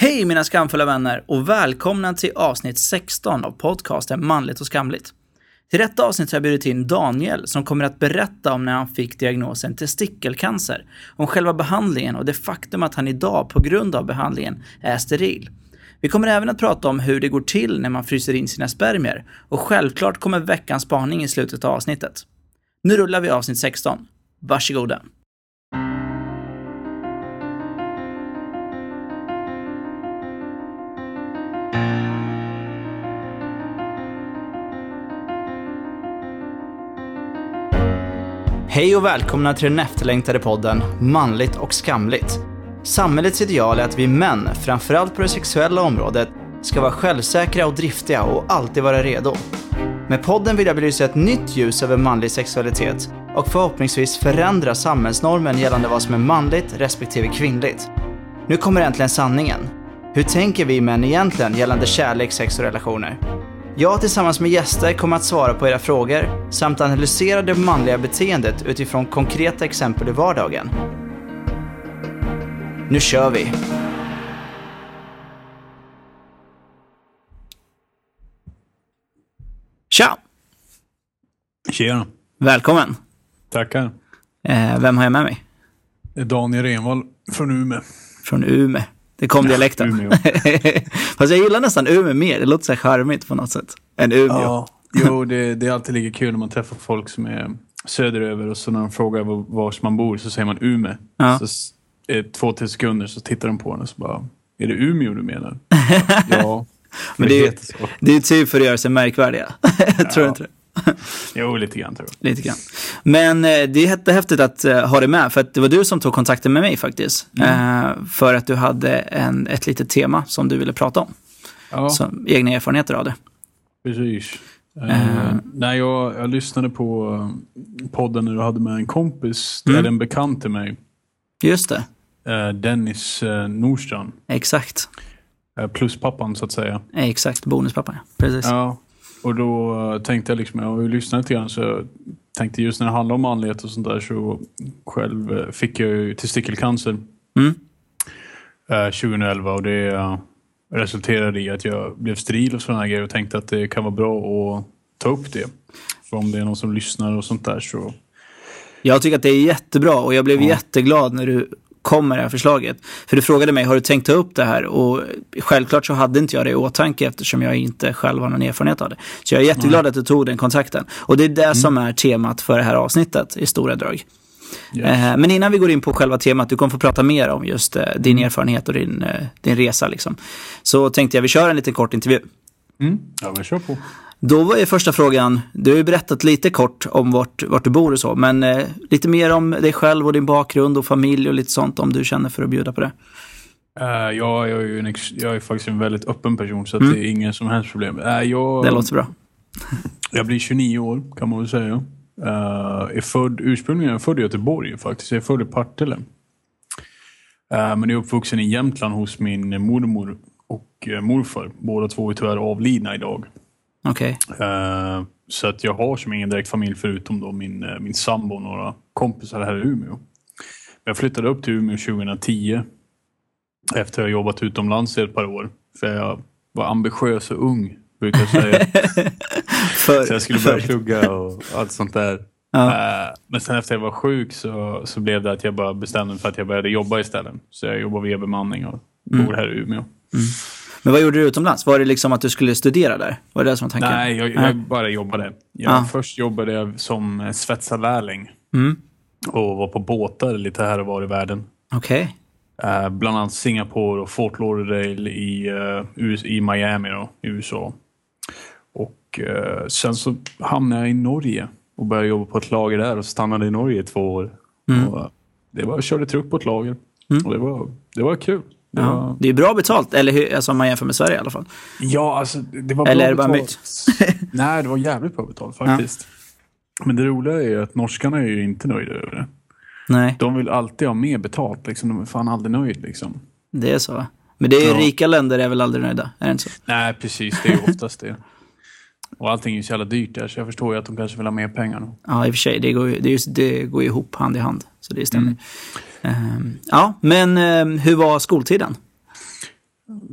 Hej mina skamfulla vänner och välkomna till avsnitt 16 av podcasten Manligt och skamligt. Till detta avsnitt har jag bjudit in Daniel som kommer att berätta om när han fick diagnosen testikelcancer, om själva behandlingen och det faktum att han idag på grund av behandlingen är steril. Vi kommer även att prata om hur det går till när man fryser in sina spermier och självklart kommer veckans spaning i slutet av avsnittet. Nu rullar vi avsnitt 16. Varsågoda. Hej och välkomna till den efterlängtade podden Manligt och skamligt. Samhällets ideal är att vi män, framförallt på det sexuella området, ska vara självsäkra och driftiga och alltid vara redo. Med podden vill jag belysa ett nytt ljus över manlig sexualitet och förhoppningsvis förändra samhällsnormen gällande vad som är manligt respektive kvinnligt. Nu kommer äntligen sanningen. Hur tänker vi män egentligen gällande kärlek, sex och relationer? Jag tillsammans med gäster kommer att svara på era frågor samt analysera det manliga beteendet utifrån konkreta exempel i vardagen. Nu kör vi! Tja! Tjena. Välkommen! Tackar. Vem har jag med mig? Daniel Renvall från Umeå. Från Umeå. Det kom dialekten. Umeå. Fast jag gillar nästan Umeå mer. Det låter så charmigt på något sätt. Än Umeå. Ja, jo, det är alltid lika kul när man träffar folk som är söderöver och så när de frågar var man bor så säger man Umeå. Ja. Så 2-3 sekunder så tittar de på en och så bara, är det Umeå du menar? Ja, men det är typ för att göra sig märkvärdiga. Tror du inte det? Jo, lite grann tror jag. Lite grann. Men det är jättehäftigt att ha det med. För att det var du som tog kontakten med mig faktiskt. För att du hade ett litet tema som du ville prata om. Ja. Som egna erfarenheter av det. Precis. Nej, jag lyssnade på podden när du hade med en kompis. Det är en bekant till mig. Just det. Dennis Nordstrand. Exakt. Pluspappan så att säga. Exakt, bonuspappan. Precis. Ja. Och då tänkte jag liksom, jag har ju lyssnat lite grann så jag tänkte just när det handlar om manlighet och sånt där så själv fick jag ju testikelcancer 2011 och det resulterade i att jag blev steril och sådana grejer och tänkte att det kan vara bra att ta upp det. För om det är någon som lyssnar och sånt där så... Jag tycker att det är jättebra och jag blev jätteglad när du kom med det här förslaget. För du frågade mig, har du tänkt ta upp det här? Och självklart så hade inte jag det i åtanke eftersom jag inte själv har någon erfarenhet av det. Så jag är jätteglad att du tog den kontakten. Och det är det som är temat för det här avsnittet i stora drag. Yes. Men innan vi går in på själva temat, du kommer få prata mer om just din erfarenhet och din resa liksom. Så tänkte jag vi kör en liten kort intervju. Ja, vi kör på. Då var ju första frågan, du har ju berättat lite kort om vart du bor och så, men lite mer om dig själv och din bakgrund och familj och lite sånt om du känner för att bjuda på det. Jag är faktiskt en väldigt öppen person så att det är ingen som helst problem. Det låter bra. Jag blir 29 år kan man väl säga. Ursprungligen är jag född i Göteborg faktiskt. Jag är född i Partille. Men jag är uppvuxen i Jämtland hos min mormor och morfar. Båda två är tyvärr avlidna idag. Okej. Så att jag har som ingen direkt familj förutom då min sambo och några kompisar här i Umeå. Jag flyttade upp till Umeå 2010 efter att ha jobbat utomlands i ett par år. För jag var ambitiös och ung, brukar jag säga. Så jag skulle börja plugga och allt sånt där. Ja. Men sen efter jag var sjuk så blev det att jag bara bestämde mig för att jag började jobba istället. Så jag jobbar via bemanning och bor här i Umeå. Men vad gjorde du utomlands? Var det liksom att du skulle studera där? Var det som var tanken? Nej, jag bara jobbade. Först jobbade jag som svetsarlärling. Och var på båtar lite här och var i världen. Okej. Bland annat Singapore och Fort Lauderdale i Miami då, i USA. Och sen så hamnade jag i Norge och började jobba på ett lager där och stannade i Norge i 2 år. Och jag körde truck på ett lager. Och det var kul. Det är bra betalt, eller hur, alltså om man jämför med Sverige i alla fall. Ja, alltså det var eller bra är det betalt. Nej, det var jävligt bra betalt faktiskt. Men det roliga är att norskarna är ju inte nöjda över det. Nej. De vill alltid ha mer betalt, liksom. De är fan aldrig nöjda, liksom. Det är så. Men det är rika länder är väl aldrig nöjda, är det inte så? Nej, precis. Det är ju oftast det. Och allting är ju så jävla dyrt där, så jag förstår ju att de kanske vill ha mer pengar nu. Ja, i och för sig. Det går ju ihop hand i hand. Så det stämmer. Ja, men hur var skoltiden?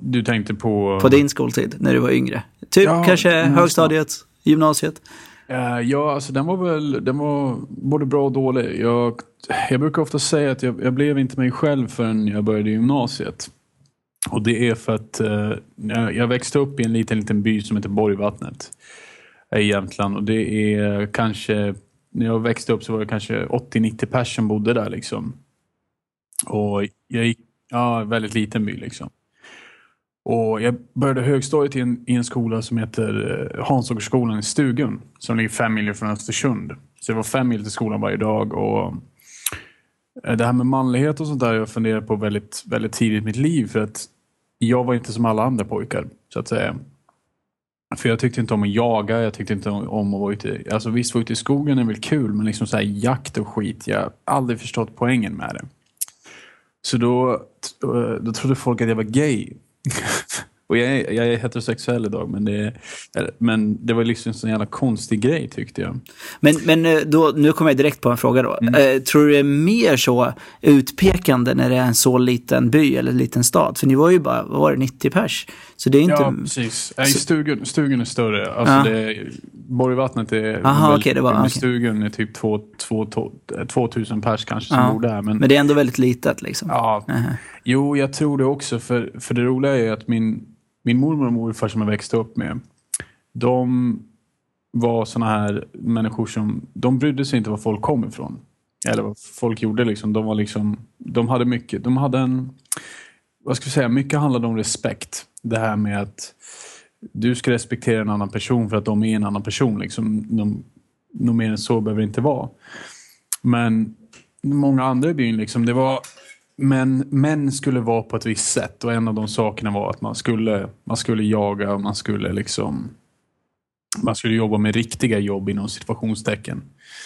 Du tänkte på... På din skoltid, när du var yngre. Typ kanske högstadiet, gymnasiet. Ja, alltså den var både bra och dålig. Jag brukar ofta säga att jag blev inte mig själv förrän jag började gymnasiet. Och det är för att jag växte upp i en liten by som heter Borgvattnet i Jämtland. Och det är kanske, när jag växte upp så var det kanske 80-90 personer som bodde där liksom. Och jag gick, väldigt liten by liksom. Och jag började högstadiet i en skola som heter Hansåkersskolan i Stugun. Som ligger 5 mil från Östersund. Så det var 5 mil till skolan varje dag. Och det här med manlighet och sånt där jag funderat på väldigt, väldigt tidigt i mitt liv. För att jag var inte som alla andra pojkar, så att säga. För jag tyckte inte om att jaga. Jag tyckte inte om att vara ute. Alltså visst, vara ute i skogen är väl kul. Men liksom så här jakt och skit. Jag har aldrig förstått poängen med det. Så då trodde folk att jag var gay. Och jag är heterosexuell idag, men det var liksom en sån jävla konstig grej tyckte jag. Men då, nu kommer jag direkt på en fråga då. Tror du det är mer så utpekande när det är en så liten by eller en liten stad? För ni var ju bara, vad var det, 90 pers? Så det är inte... Ja, precis. Stugun är större. Alltså Borgvattnet är Stugun är typ 2000 pers kanske som bor där. Men det är ändå väldigt litet liksom. Ja. Jo, jag tror det också. För det roliga är att min mormor och morfar som jag växte upp med, de var såna här människor som, de brydde sig inte var folk kom ifrån. Eller vad folk gjorde liksom. De var liksom, de hade en, vad ska jag säga, mycket handlade om respekt. Det här med att du ska respektera en annan person för att de är en annan person liksom. Något mer än så behöver det inte vara. Men många andra i byn liksom, det var, män skulle vara på ett visst sätt, och en av de sakerna var att man skulle jaga och man skulle jobba med riktiga jobb inom situationstecken.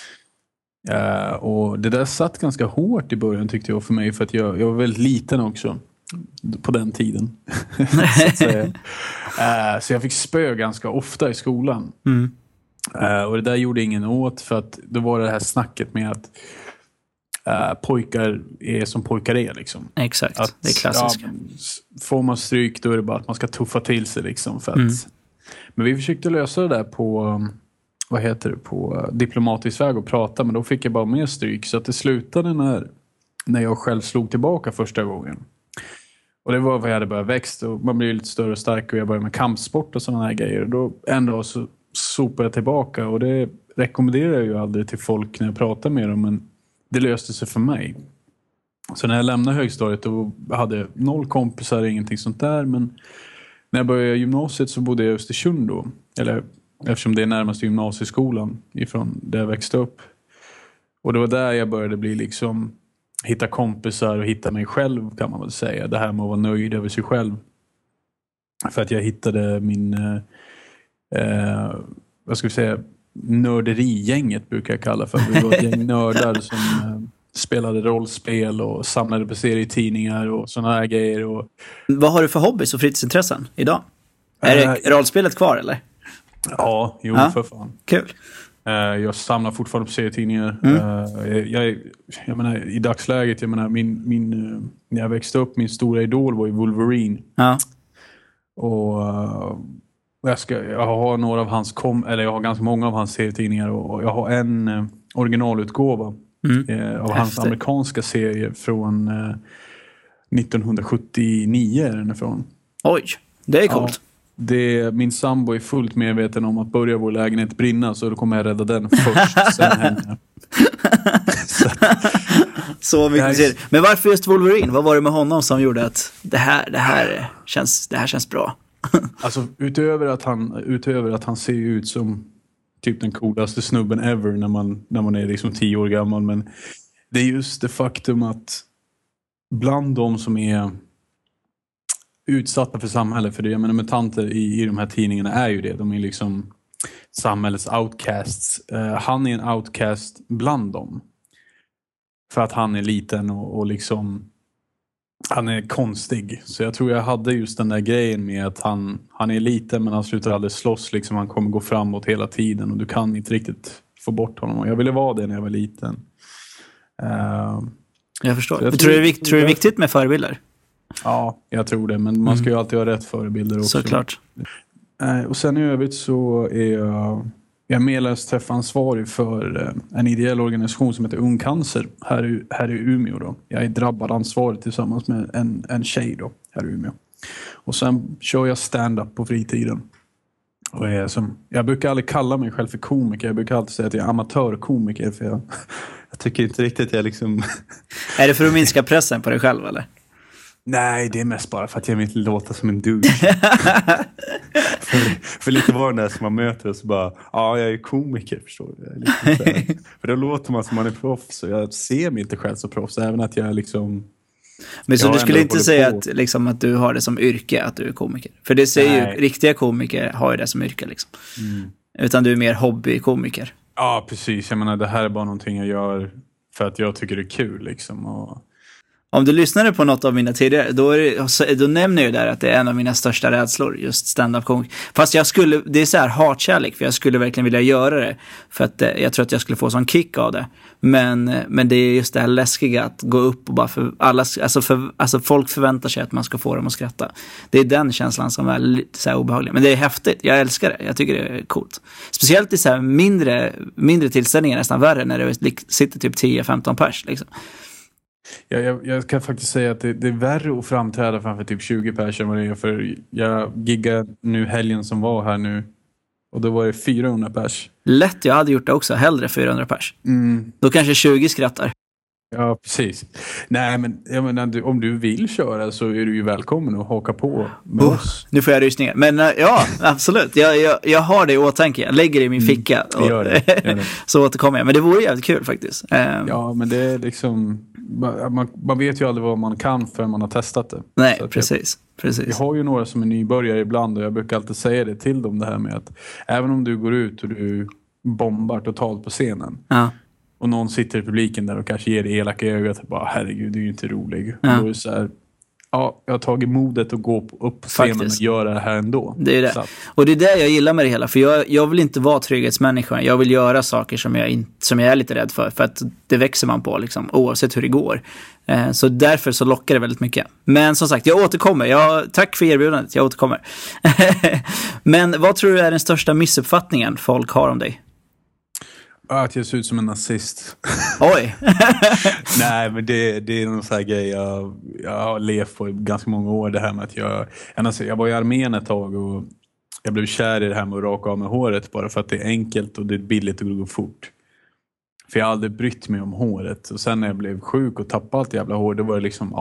Och det där satt ganska hårt i början tyckte jag för mig, för att jag var väldigt liten också på den tiden. Så att säga. Så jag fick spö ganska ofta i skolan. Och det där gjorde ingen åt, för att det var det här snacket med att pojkar är som pojkar är liksom. Exakt, det är klassiskt. Får man stryk då är det bara att man ska tuffa till sig liksom, för att, men vi försökte lösa det där på på diplomatisk väg och prata, men då fick jag bara mer stryk, så att det slutade när jag själv slog tillbaka första gången. Och det var vad jag hade börjat växa, och man blir lite större och starkare, och jag började med kampsport och sådana här grejer, och då en dag så sopade jag tillbaka, och det rekommenderar jag ju aldrig till folk när jag pratar med dem, men det löste sig för mig. Så när jag lämnade högstadiet och hade 0 kompisar, ingenting sånt där, men när jag började gymnasiet så bodde jag i Östersund då, eller eftersom det är närmast gymnasieskolan ifrån där jag växte upp. Och det var där jag började bli liksom, hitta kompisar och hitta mig själv, kan man väl säga. Det här med att vara nöjd över sig själv. För att jag hittade min vad ska vi säga, nörderigänget brukar jag kalla för. Vi var ett gäng nördar som spelade rollspel och samlade på serietidningar och såna här grejer. Och... Vad har du för hobbys och fritidsintressen idag? Är rollspelet kvar eller? Ja, för fan. Kul. Jag samlar fortfarande på serietidningar. Jag menar, i dagsläget, jag menar, min när jag växte upp, min stora idol var ju Wolverine. Ja. Och jag har några av hans jag har ganska många av hans serietidningar, och jag har en originalutgåva av hans amerikanska serie från 1979 är den ifrån. Oj, det är coolt. Min sambo är fullt medveten om att börja vår lägenhet brinna, så då kommer jag rädda den först, sen henne. Så mycket. Men varför just Wolverine? Vad var det med honom som gjorde att det här känns bra? Alltså utöver att han ser ut som typ den coolaste snubben ever när man är liksom 10 år gammal, men det är just det faktum att bland de som är utsatta för samhället, för det, jag menar, mutanter i de här tidningarna är ju det, de är liksom samhällets outcasts. Han är en outcast bland dem, för att han är liten och liksom han är konstig. Så jag tror jag hade just den där grejen med att han är liten, men han slutar aldrig slåss liksom. Han kommer gå framåt hela tiden, och du kan inte riktigt få bort honom. Och jag ville vara det när jag var liten. Jag förstår. Tror du det är viktigt med förebilder? Ja, jag tror det. Men man ska ju alltid ha rätt förebilder också. Såklart. Och sen i övrigt så är jag medlemsträffansvarig för en ideell organisation som heter Ung Cancer här i Umeå då. Jag är drabbad ansvarig tillsammans med en tjej då här i Umeå. Och sen kör jag stand-up på fritiden. Och jag brukar aldrig kalla mig själv för komiker. Jag brukar alltid säga att jag är amatörkomiker. För jag tycker inte riktigt att jag liksom... Är det för att minska pressen på dig själv eller? Nej, det är mest bara för att jag vill inte låta som en douche. för lite var den där som man möter och så bara, ja, jag är komiker, förstår du. För då låter man som man är proffs och jag ser mig inte själv som proffs, även att jag liksom... Men så du skulle inte säga att, liksom, att du har det som yrke, att du är komiker? För det säger ju, riktiga komiker har ju det som yrke liksom. Utan du är mer hobbykomiker. Ja, precis. Jag menar, det här är bara någonting jag gör för att jag tycker det är kul liksom. Och... Om du lyssnade på något av mina tidigare, då nämner jag där att det är en av mina största rädslor, just stand-up-komik. Fast det är så här hatkärlek, för jag skulle verkligen vilja göra det. För att jag tror att jag skulle få sån kick av det. Men det är just det här läskiga att gå upp och bara alltså folk förväntar sig att man ska få dem att skratta. Det är den känslan som är lite så här obehaglig. Men det är häftigt, jag älskar det, jag tycker det är coolt. Speciellt i så här mindre tillställningar, nästan värre, när det sitter typ 10-15 pers liksom. Jag kan faktiskt säga att det är värre att framträda framför typ 20 personer än vad det är, för jag giggade nu helgen som var här nu och då var det 400 pers. Lätt, jag hade gjort det också, hellre 400 pers. Då kanske 20 skrattar. Ja, precis. Nej, men jag menar, om du vill köra så är du ju välkommen att haka på med oss. Nu får jag rysningar. Men ja, absolut. Jag har det i åtanke. Jag lägger det i min ficka. Och, gör det. Så återkommer jag. Men det vore jävligt kul faktiskt. Ja, men det är liksom... Man vet ju aldrig vad man kan förrän man har testat det. Nej, så precis. Jag har ju några som är nybörjare ibland och jag brukar alltid säga det till dem, det här med att även om du går ut och du bombar totalt på scenen och någon sitter i publiken där och kanske ger det elaka ögat och bara, herregud, du är ju inte rolig. Och då är det så här, ja, jag har tagit modet att gå upp på scenen och göra det här ändå. Det är det. Så. Och det är det jag gillar med det hela. För jag vill inte vara trygghetsmänniska. Jag vill göra saker som jag är lite rädd för. För att det växer man på liksom, oavsett hur det går. Så därför så lockar det väldigt mycket. Men som sagt, jag återkommer. Tack för erbjudandet, jag återkommer. Men vad tror du är den största missuppfattningen folk har om dig? Att jag ser ut som en nazist. Oj! Nej, men det är någon sån här grej jag har levt på i ganska många år. Det här med att jag var i armén ett tag och jag blev kär i det här med att raka av med håret bara för att det är enkelt och det är billigt och det går fort. För jag har aldrig brytt mig om håret. Och sen när jag blev sjuk och tappade allt jävla hår, då var det liksom,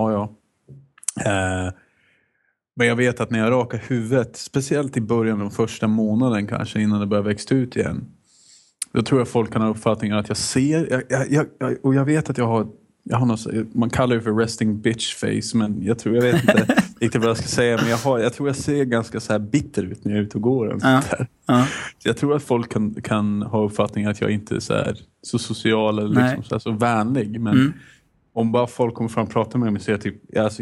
men jag vet att när jag rakar huvudet, speciellt i början av första månaden kanske innan det börjar växa ut igen, då tror jag folk kan ha uppfattningen att jag ser... Och jag vet att jag har något, man kallar det för resting bitch face, men jag vet inte riktigt vad jag ska säga. Men jag tror jag ser ganska så här bitter ut när jag är ute och går. Så jag tror att folk kan ha uppfattningen att jag inte är så social eller liksom så vänlig. Men om bara folk kommer fram och pratar med mig så är jag typ... Alltså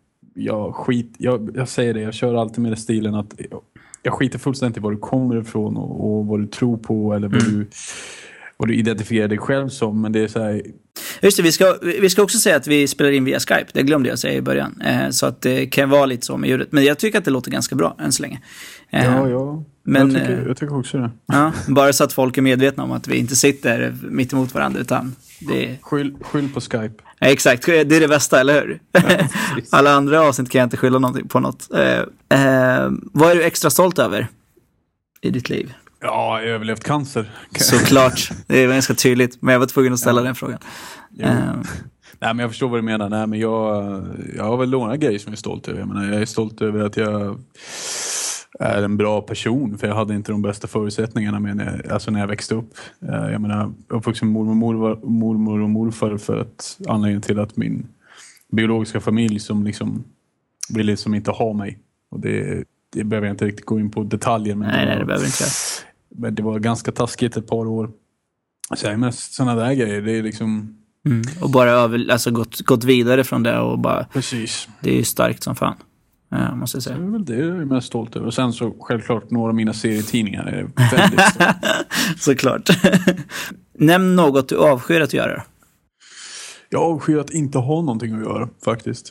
jag säger det, jag kör alltid med stilen att... Jag skiter fullständigt i var du kommer ifrån och vad du tror på eller vad du identifierar dig själv som. Men det är så här... Just det, vi ska också säga att vi spelar in via Skype. Det glömde jag säga i början. Så att det kan vara lite så med ljudet. Men jag tycker att det låter ganska bra än så länge. Ja. Men, jag tycker också det. Ja, bara så att folk är medvetna om att vi inte sitter mitt emot varandra utan det... Skyll på Skype. Ja, exakt, det är det bästa, eller hur? Ja, alla andra avsnitt kan jag inte skylla någonting på något. Vad är du extra stolt över i ditt liv? Ja, jag har överlevt cancer. Såklart, det är ganska tydligt. Men jag var tvungen att ställa den frågan. Nej, men jag förstår vad du menar. Nej, men jag har väl några grejer som jag är stolt över. Jag är stolt över att jag är en bra person. För jag hade inte de bästa förutsättningarna när jag växte upp. Jag menar, jag uppvuxen med mormor och morfar för att anledningen till att min biologiska familj som liksom ville liksom inte ha mig. Och det behöver jag inte riktigt gå in på detaljer. Men nej, det behöver inte. Men det var ganska taskigt ett par år. Så jag menar, sådana där grejer, det är liksom... Och bara gått vidare från det och bara... Precis. Det är ju starkt som fan, måste jag säga. Så det är väl det jag är mest stolt över. Och sen så självklart några av mina serietidningar är väldigt stolt. Såklart. Nämn något du avskyr att göra. Jag avskyr att inte ha någonting att göra, faktiskt.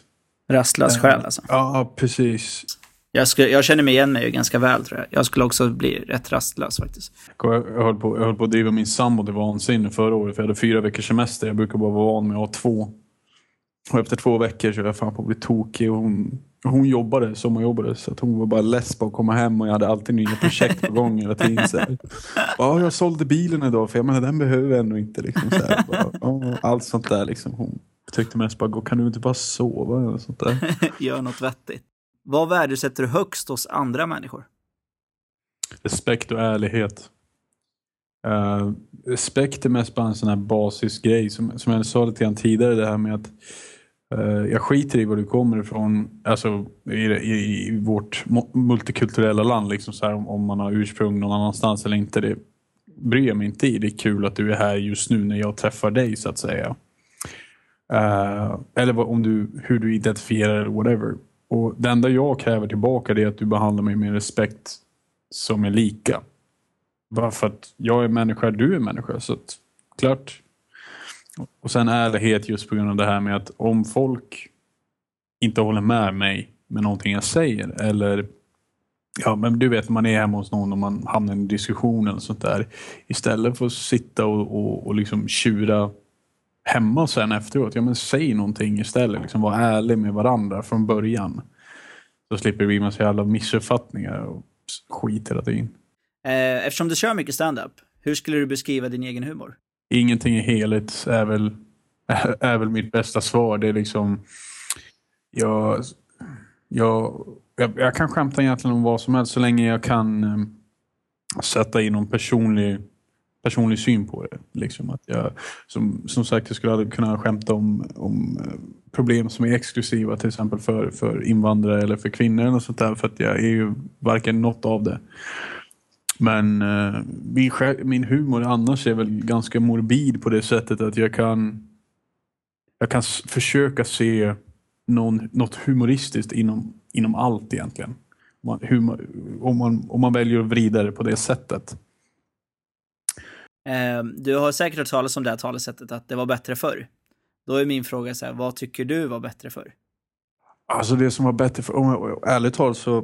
Rastlös själ alltså. Ja, precis. Jag känner mig igen mig ganska väl, tror jag. Jag skulle också bli rätt rastlös faktiskt. Jag höll på att driva min sambo till vansinne förra året. För jag hade 4 veckors semester. Jag brukar bara vara van med att ha 2. Och efter 2 veckor så var jag fan på att bli tokig. Och hon jobbade, sommarjobbade. Så att hon var bara less på att komma hem. Och jag hade alltid nya projekt på gång hela tiden. Jag sålde bilen idag. För jag menar, den behöver jag ändå inte. Liksom, så här. Allt sånt där. Liksom. Hon tyckte mest bara, kan du inte bara sova? Eller sånt där. Gör något vettigt. Vad värdesätter du högst hos andra människor? Respekt och ärlighet. Respekt är mest bara en sån här basisk grej. Som jag sa lite grann tidigare, det här med att jag skiter i var du kommer ifrån, alltså i vårt multikulturella land, liksom så här, om man har ursprung någon annanstans eller inte, det bryr jag mig inte i. Det är kul att du är här just nu när jag träffar dig, så att säga. Eller hur du identifierar eller whatever. Och det enda jag kräver tillbaka är att du behandlar mig med respekt som är lika. Bara för att jag är människa, du är människa. Så att, klart. Och sen ärlighet just på grund av det här med att om folk inte håller med mig med någonting jag säger. Eller, ja men du vet, man är hemma hos någon och man hamnar i en diskussion eller sånt där. Istället för att sitta och liksom tjura hemma sen efteråt. Ja men säg någonting istället. Liksom var ärlig med varandra från början. Så slipper vi massa alla missuppfattningar och skit hela tiden. Eftersom du kör mycket stand-up, hur skulle du beskriva din egen humor? Ingenting är heligt är väl mitt bästa svar. Det är liksom jag kan skämta egentligen om vad som helst så länge jag kan sätta in någon personlig syn på det. Liksom att jag, som sagt, jag skulle aldrig kunna skämta om problem som är exklusiva till exempel för invandrare eller för kvinnor eller sånt där, för att jag är ju varken något av det. Men min humor annars är väl ganska morbid på det sättet att jag kan försöka se något humoristiskt inom allt egentligen. Om man väljer att vrida det på det sättet. Du har säkert hört talas om det här talesättet att det var bättre förr. Då är min fråga så här, vad tycker du var bättre förr? Alltså det som var bättre förr, ärligt talat så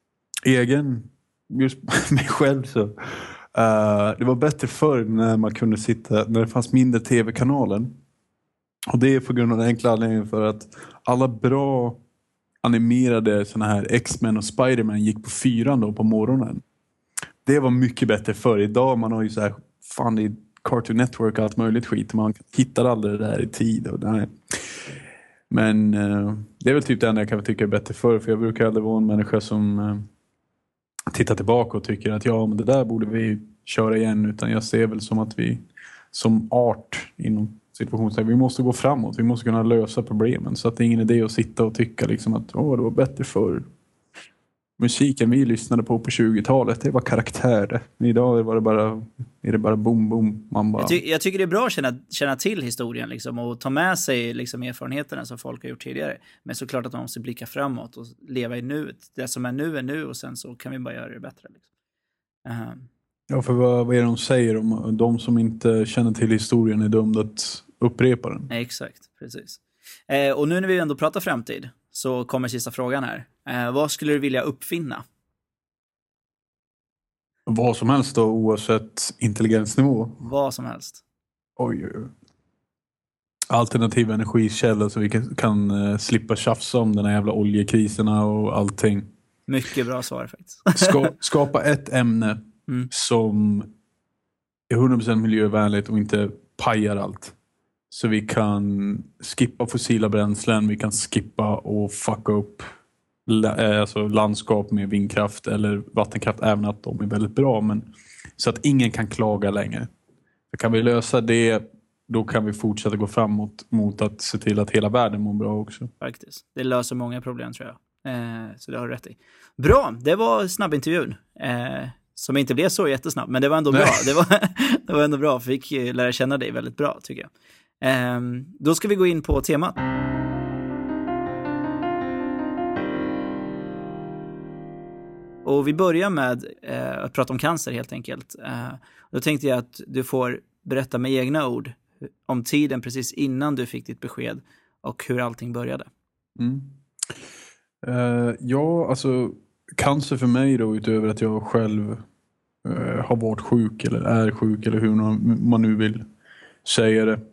just mig själv så det var bättre förr när man kunde sitta, när det fanns mindre tv-kanalen. Och det är på grund av den enkla anledningen för att alla bra animerade såna här X-Men och Spider-Man gick på 4 då på morgonen. Det var mycket bättre förr. Idag man har ju så här fan i Cartoon Network och allt möjligt skit. Man hittar aldrig det där i tid. Och nej. Men det är väl typ det enda jag kan tycka är bättre förr. För jag brukar aldrig vara en människa som tittar tillbaka och tycker att ja, men det där borde vi köra igen. Utan jag ser väl som att vi som art inom situationen, vi måste gå framåt. Vi måste kunna lösa problemen. Så att det är ingen idé att sitta och tycka liksom att det var bättre förr. Musiken vi lyssnade på 20-talet, det var karaktär. Idag är det bara boom, boom. Man bara... jag tycker det är bra att känna till historien liksom, och ta med sig liksom, erfarenheterna som folk har gjort tidigare. Men såklart att man måste blicka framåt och leva i nuet. Det som är nu och sen så kan vi bara göra det bättre. Liksom. Ja, för vad är det de säger om de som inte känner till historien är dömda att upprepa den? Exakt, precis. Och nu när vi ändå pratar framtid så kommer sista frågan här. Vad skulle du vilja uppfinna? Vad som helst då, oavsett intelligensnivå. Vad som helst. Oj. Alternativa energikällor så vi kan slippa tjafsa om den här jävla oljekriserna och allting. Mycket bra svar faktiskt. Skapa ett ämne som är 100% miljövänligt och inte pajar allt. Så vi kan skippa fossila bränslen, vi kan skippa och fucka upp alltså landskap med vindkraft eller vattenkraft, även att de är väldigt bra, men så att ingen kan klaga längre. Så kan vi lösa det, då kan vi fortsätta gå framåt mot att se till att hela världen mår bra också. Faktiskt. Det löser många problem tror jag. Så det har du rätt i. Bra, det var snabbintervjun. Som inte blev så jättesnabb, men det var ändå bra. Det var ändå bra, fick lära känna dig väldigt bra tycker jag. Då ska vi gå in på temat. Och vi börjar med att prata om cancer helt enkelt. Då tänkte jag att du får berätta med egna ord om tiden precis innan du fick ditt besked och hur allting började. Ja, alltså cancer för mig då, utöver att jag själv har varit sjuk eller är sjuk eller hur man nu vill säga det.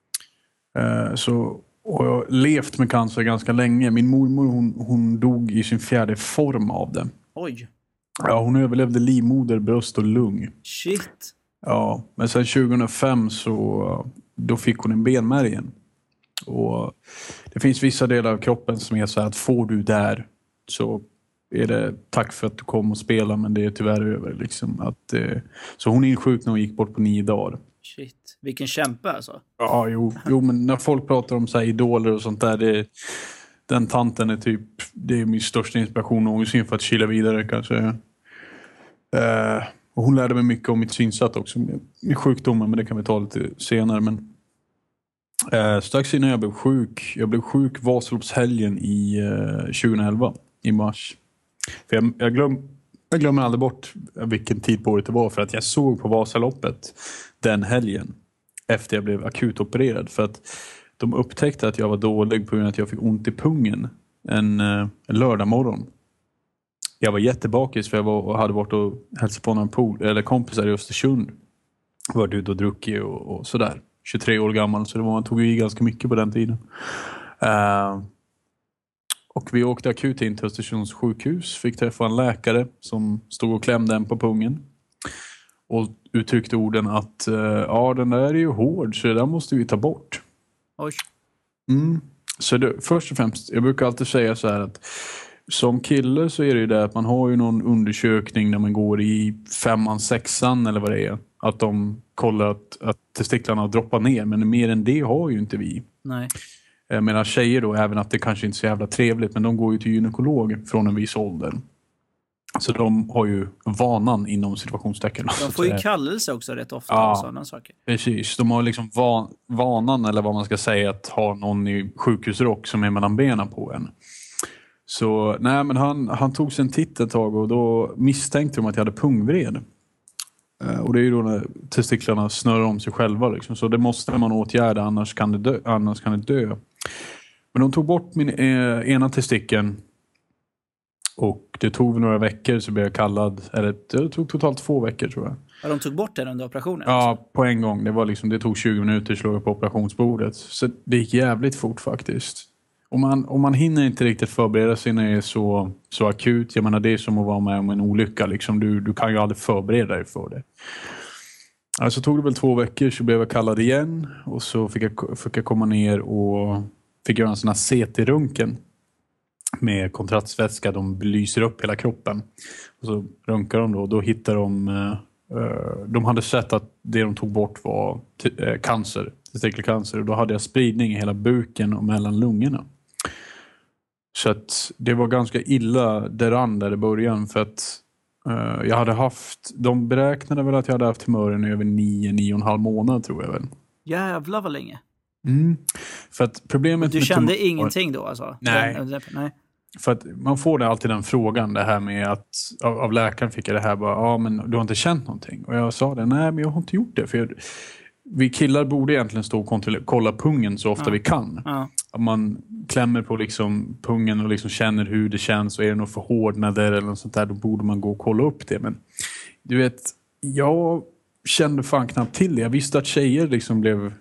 Och jag har levt med cancer ganska länge. Min mormor hon dog i sin 4:e form av det. Oj. Ja, hon överlevde livmoder, bröst och lung. Shit. Ja, men sen 2005 så då fick hon en benmärgen. Och det finns vissa delar av kroppen som är så här att får du där så är det tack för att du kom och spela, men det är tyvärr över liksom. Så hon insjuknade och gick bort på 9 dagar. Shit. Vilken kämpe alltså. Ja, jo, men när folk pratar om så här idoler och sånt där, den tanten är typ, det är min största inspiration någonsin för att kila vidare kanske. Och hon lärde mig mycket om mitt synsätt också med sjukdomar, men det kan vi ta lite senare. Men strax innan jag blev sjuk Vasaloppshelgen i 2011 i mars. För jag glömmer aldrig bort vilken tid på året det var, för att jag såg på Vasaloppet den helgen efter jag blev akutopererad, för att de upptäckte att jag var dålig på grund av att jag fick ont i pungen en lördag morgon. Jag var jättebakis för jag hade varit och hälsat på några kompisar i Östersund. Varit ute och druckit och sådär. 23 år gammal, så man tog ju i ganska mycket på den tiden. Och vi åkte akut in till Östersunds sjukhus. Fick träffa en läkare som stod och klämde en på pungen. Och uttryckte orden att den där är ju hård, så det där måste vi ta bort. Oj. Så först och främst, jag brukar alltid säga så här att som kille så är det ju det att man har ju någon undersökning när man går i 5:an, 6:an eller vad det är. Att de kollar att testiklarna droppar ner, men mer än det har ju inte vi. Nej. Medan tjejer då, även att det kanske inte är så jävla trevligt, men de går ju till gynekolog från en viss ålder. Så de har ju vanan inom situationstecken. De får ju kallelse också rätt ofta. Ja, och sådana saker. Precis, de har liksom vanan, eller vad man ska säga, att ha någon i sjukhusrock som är mellan benen på en. Så nej, men han tog sig en titt ett tag och då misstänkte de att jag hade pungvred. Och det är ju då när testiklarna snurrar om sig själva liksom. Så det måste man åtgärda, annars kan det dö. Men de tog bort min ena testikeln. Och det tog några veckor så blev jag kallad. Eller det tog totalt 2 veckor tror jag. Ja, de tog bort den under operationen? Ja, alltså. på en gång. Det tog 20 minuter så låg jag på operationsbordet. Så det gick jävligt fort faktiskt. Om man hinner inte riktigt förbereda sig när det är så akut. Jag menar, det är som att vara med om en olycka. Liksom. Du kan ju aldrig förbereda dig för det. Alltså tog det väl 2 veckor så blev jag kallad igen. Och så fick jag komma ner och fick göra en sån här CT-röntgen. Med kontrastvätska, de belyser upp hela kroppen. Och så röntgar de då. Och då hittar de hade sett att det de tog bort var cancer. Testikelcancer. Och då hade jag spridning i hela buken och mellan lungorna. Så att det var ganska illa där i början. För att jag hade haft... De beräknade väl att jag hade haft tumören i över 9,5 månader tror jag väl. Jävlar vad länge. För att problemet... Du kände ingenting då alltså? Nej. Nej. För att man får alltid den frågan, det här med att av läkaren fick jag det här bara, men du har inte känt någonting. Och jag sa det, nej men jag har inte gjort det. För vi killar borde egentligen stå och kolla pungen så ofta vi kan. Ja. Att man klämmer på liksom pungen och liksom känner hur det känns, och är det något förhårdnader eller något sånt där, då borde man gå och kolla upp det. Men du vet, jag kände fan knappt till det. Jag visste att tjejer liksom blev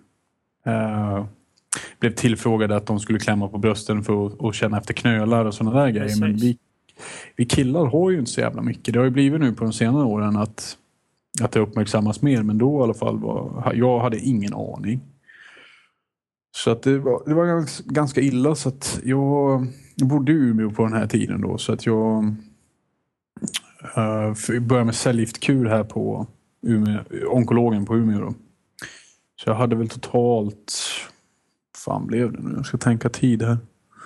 tillfrågade att de skulle klämma på brösten för att känna efter knölar och sådana där grejer. Men vi killar har ju inte så jävla mycket. Det har ju blivit nu på de senare åren att det uppmärksammas mer. Men då i alla fall jag hade ingen aning. Så att det var ganska illa, så att jag bodde i Umeå på den här tiden då. Så att jag började med cellgiftkur här på onkologen på Umeå då. Så jag hade väl totalt... fan blev det nu? Jag ska tänka tid här.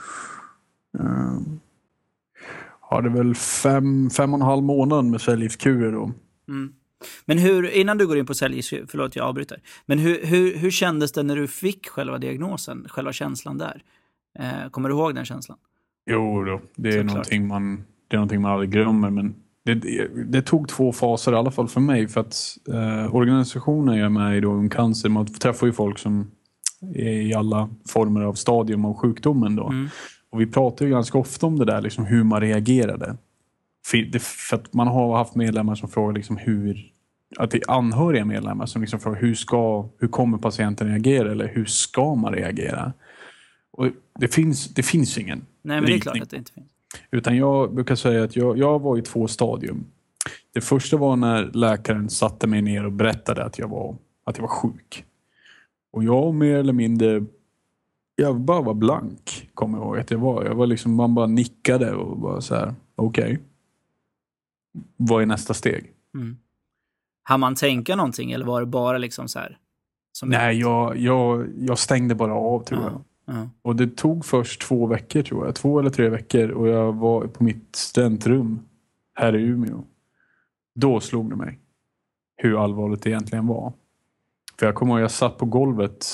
Hade väl 5,5 månader med cellgiftskurer då. Men innan du går in på cellgiftskur, förlåt jag avbryter. Men hur kändes det när du fick själva diagnosen, själva känslan där? Kommer du ihåg den känslan? Jo då, det är någonting man aldrig glömmer, men det tog 2 faser i alla fall för mig, för att organisationen jag är med i då om cancer, man träffar ju folk som är i alla former av stadium av sjukdomen då. Och vi pratar ju ganska ofta om det där, liksom hur man reagerade. För att man har haft medlemmar som frågar liksom att det är anhöriga medlemmar som liksom frågar hur kommer patienten reagera eller hur ska man reagera? Och det finns ingen Nej, men det är klart att det inte finns. Utan jag brukar säga att jag var i 2 stadium. Det första var när läkaren satte mig ner och berättade att jag var sjuk. Och jag mer eller mindre, jag bara var blank, kommer jag ihåg att jag var. Jag var liksom, man bara nickade och bara så här, okej. Vad är nästa steg? Mm. Har man tänka någonting eller var det bara liksom så här? Nej, jag stängde bara av, tror jag. Och det tog först 2 veckor, tror jag. 2 eller 3 veckor. Och jag var på mitt studentrum här i Umeå. Då slog det mig hur allvarligt det egentligen var. För jag kommer ihåg, jag satt på golvet.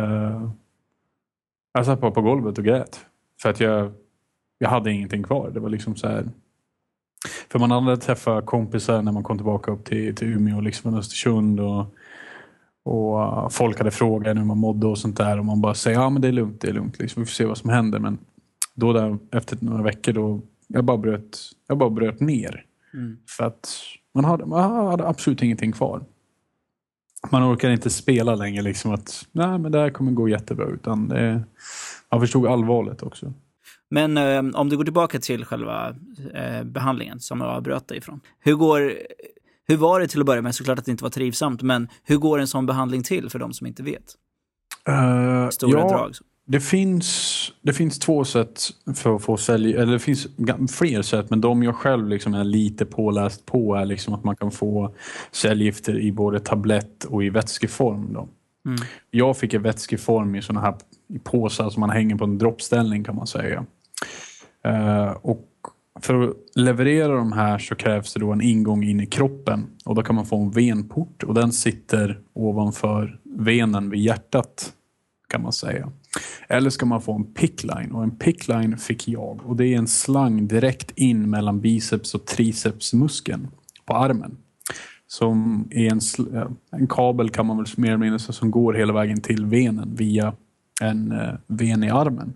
Jag satt bara på golvet och grät. För att jag hade ingenting kvar. Det var liksom så här. För man hade träffat kompisar när man kom tillbaka upp till Umeå, liksom från Östersund. Och folk hade frågat hur man mådde och sånt där. Och man bara säger, ja men det är lugnt. Liksom, vi får se vad som händer. Men då där, efter några veckor, då jag bara bröt ner. Mm. För att man hade absolut ingenting kvar. Man orkar inte spela längre liksom att nej, men det här kommer gå jättebra. Utan man förstod allvarligt också. Men om du går tillbaka till själva behandlingen som jag bröt dig ifrån. Hur var det till att börja med? Såklart att det inte var trivsamt, men hur går en sån behandling till för de som inte vet? Stora drag. Det finns 2 sätt för att få sälj, eller det finns fler sätt, men de jag själv liksom är lite påläst på är liksom att man kan få cellgifter i både tablett och i vätskeform då. Mm. Jag fick en vätskeform i såna här i påsar som man hänger på en droppställning, kan man säga. Och för att leverera de här så krävs det då en ingång in i kroppen. Och då kan man få en venport. Och den sitter ovanför venen vid hjärtat, kan man säga. Eller ska man få en pickline. Och en pickline fick jag. Och det är en slang direkt in mellan biceps och tricepsmuskeln på armen. Som är en kabel, kan man väl mer eller mindre, som går hela vägen till venen via en ven i armen.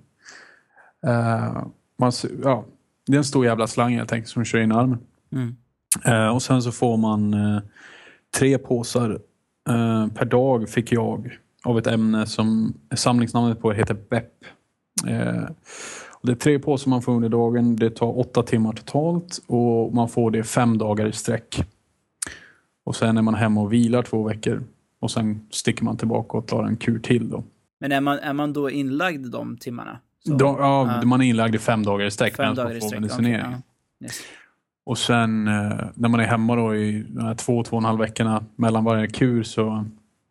Det är en stor jävla slang, jag tänker, som kör in i armen. Mm. Och sen så får man 3 påsar per dag fick jag av ett ämne som samlingsnamnet på heter BEP. Och det är 3 påsar man får under dagen. Det tar 8 timmar totalt och man får det 5 dagar i sträck. Och sen är man hemma och vilar 2 veckor. Och sen sticker man tillbaka och tar en kur till då. Men är man då inlagd de timmarna? Man är inlagd i 5 dagar i sträck. 5 dagar i sträck, okay, yes. Och sen när man är hemma då i 2,5 veckorna mellan varje kur så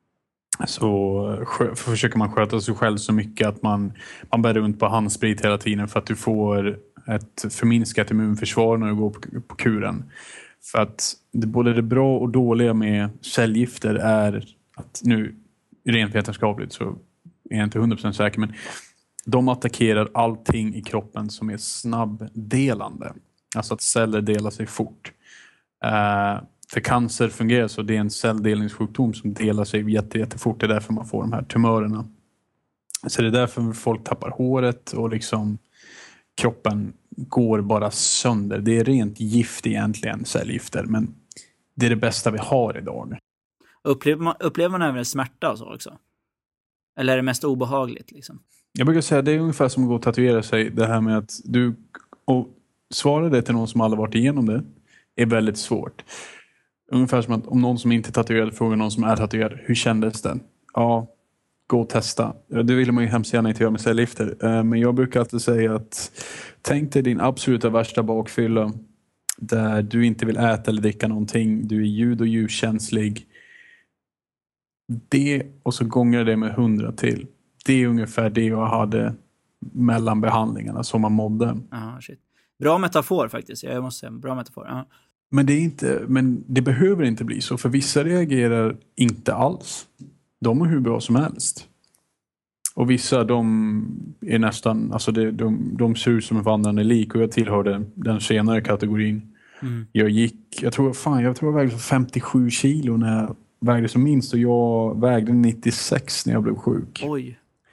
försöker man sköta sig själv så mycket att man bär runt på handsprit hela tiden för att du får ett förminskat immunförsvar när du går på kuren. För att både det bra och dåliga med cellgifter är att nu rent vetenskapligt så är jag inte 100% säker, men de attackerar allting i kroppen som är snabbdelande. Alltså att celler delar sig fort. För cancer fungerar så, det är en celldelningssjukdom som delar sig jättefort. Det är därför man får de här tumörerna. Så det är därför folk tappar håret och liksom kroppen går bara sönder. Det är rent gift egentligen, cellgifter, men det är det bästa vi har idag. Upplever man även smärta och så också? Eller är det mest obehagligt liksom? Jag brukar säga att det är ungefär som att gå och tatuera sig. Det här med att svara det till någon som aldrig varit igenom det är väldigt svårt. Ungefär som att om någon som inte tatuerad frågar någon som är tatuerad, hur kändes det? Ja, gå och testa. Det vill man ju hemskt gärna inte göra med cellgifter. Men jag brukar alltid säga att tänk dig din absoluta värsta bakfylla där du inte vill äta eller dricka någonting. Du är ljud- och ljuskänslig. Det, och så gånger det med 100 till. Det är ungefär det jag hade mellan behandlingarna som man mådde. Aha, shit. Bra metafor faktiskt. Jag måste säga, bra metafor. Aha. Men det behöver inte bli så. För vissa reagerar inte alls. De är hur bra som helst. Och vissa, de är nästan, alltså de ser ut som en vandrande lik. Och jag tillhörde den senare kategorin. Mm. Jag tror jag vägde 57 kilo när jag vägde som minst. Och jag vägde 96 när jag blev sjuk. Oj.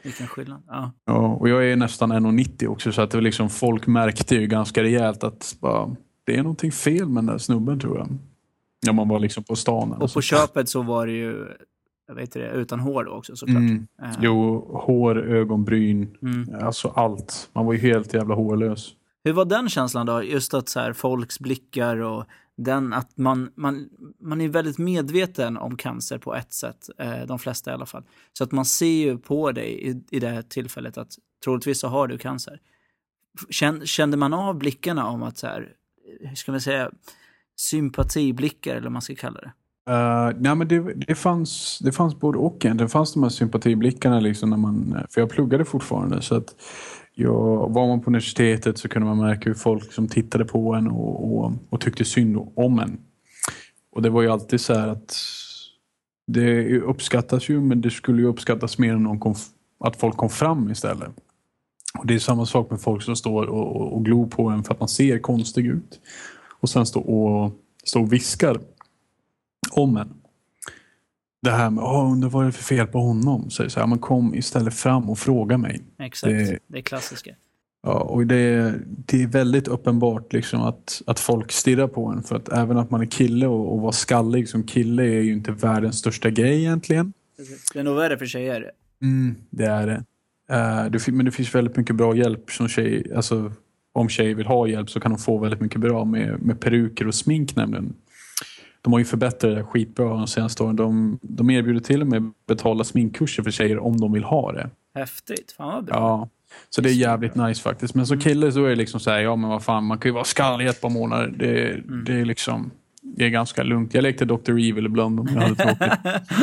Vilken skillnad. Ja. Ja, och jag är nästan 1,90 också, så att det var liksom, folk märkte ju ganska rejält att bara, det är någonting fel med den där snubben, tror jag. Ja, man var liksom på stan. Och på köpet så var det ju, jag vet inte, utan hår då också såklart. Jo, hår, ögonbryn, alltså allt. Man var ju helt jävla hårlös. Hur var den känslan då? Just att så här, folks blickar och den, att man är väldigt medveten om cancer på ett sätt, de flesta i alla fall. Så att man ser ju på dig i det här tillfället att troligtvis så har du cancer. Kände man av blickarna om att så här, hur ska man säga, sympatiblickar eller vad man ska kalla det? Nej, men det fanns både och. Det fanns de här sympatiblickarna liksom när man, för jag pluggade fortfarande, så att var man på universitetet så kunde man märka hur folk som tittade på en och tyckte synd om en. Och det var ju alltid så här att det uppskattas ju, men det skulle ju uppskattas mer än att folk kom fram istället. Och det är samma sak med folk som står och glor på en för att man ser konstig ut. Och sen står och viskar om en. Det här med, undrar vad är det för fel på honom? Så här, men kom istället fram och fråga mig. Exakt, det är klassiska. Ja, och det är väldigt uppenbart liksom att folk stirrar på en. För att även att man är kille och vara skallig som kille är ju inte världens största grej egentligen. Det är nog värre för tjejer. Det är det. Men det finns väldigt mycket bra hjälp som tjej. Alltså, om tjejer vill ha hjälp så kan de få väldigt mycket bra med peruker och smink nämligen. De har ju förbättrat det skitbra de senaste åren. De erbjuder till och med betala sminkkurser för tjejer om de vill ha det. Häftigt, fan vad bra. Ja, så det är jävligt nice faktiskt. Men som kille så är det liksom så här, ja men vad fan, man kan ju vara skallig ett par månader. Det är liksom, det är ganska lugnt. Jag lekte Dr. Evil ibland om jag hade tråkigt.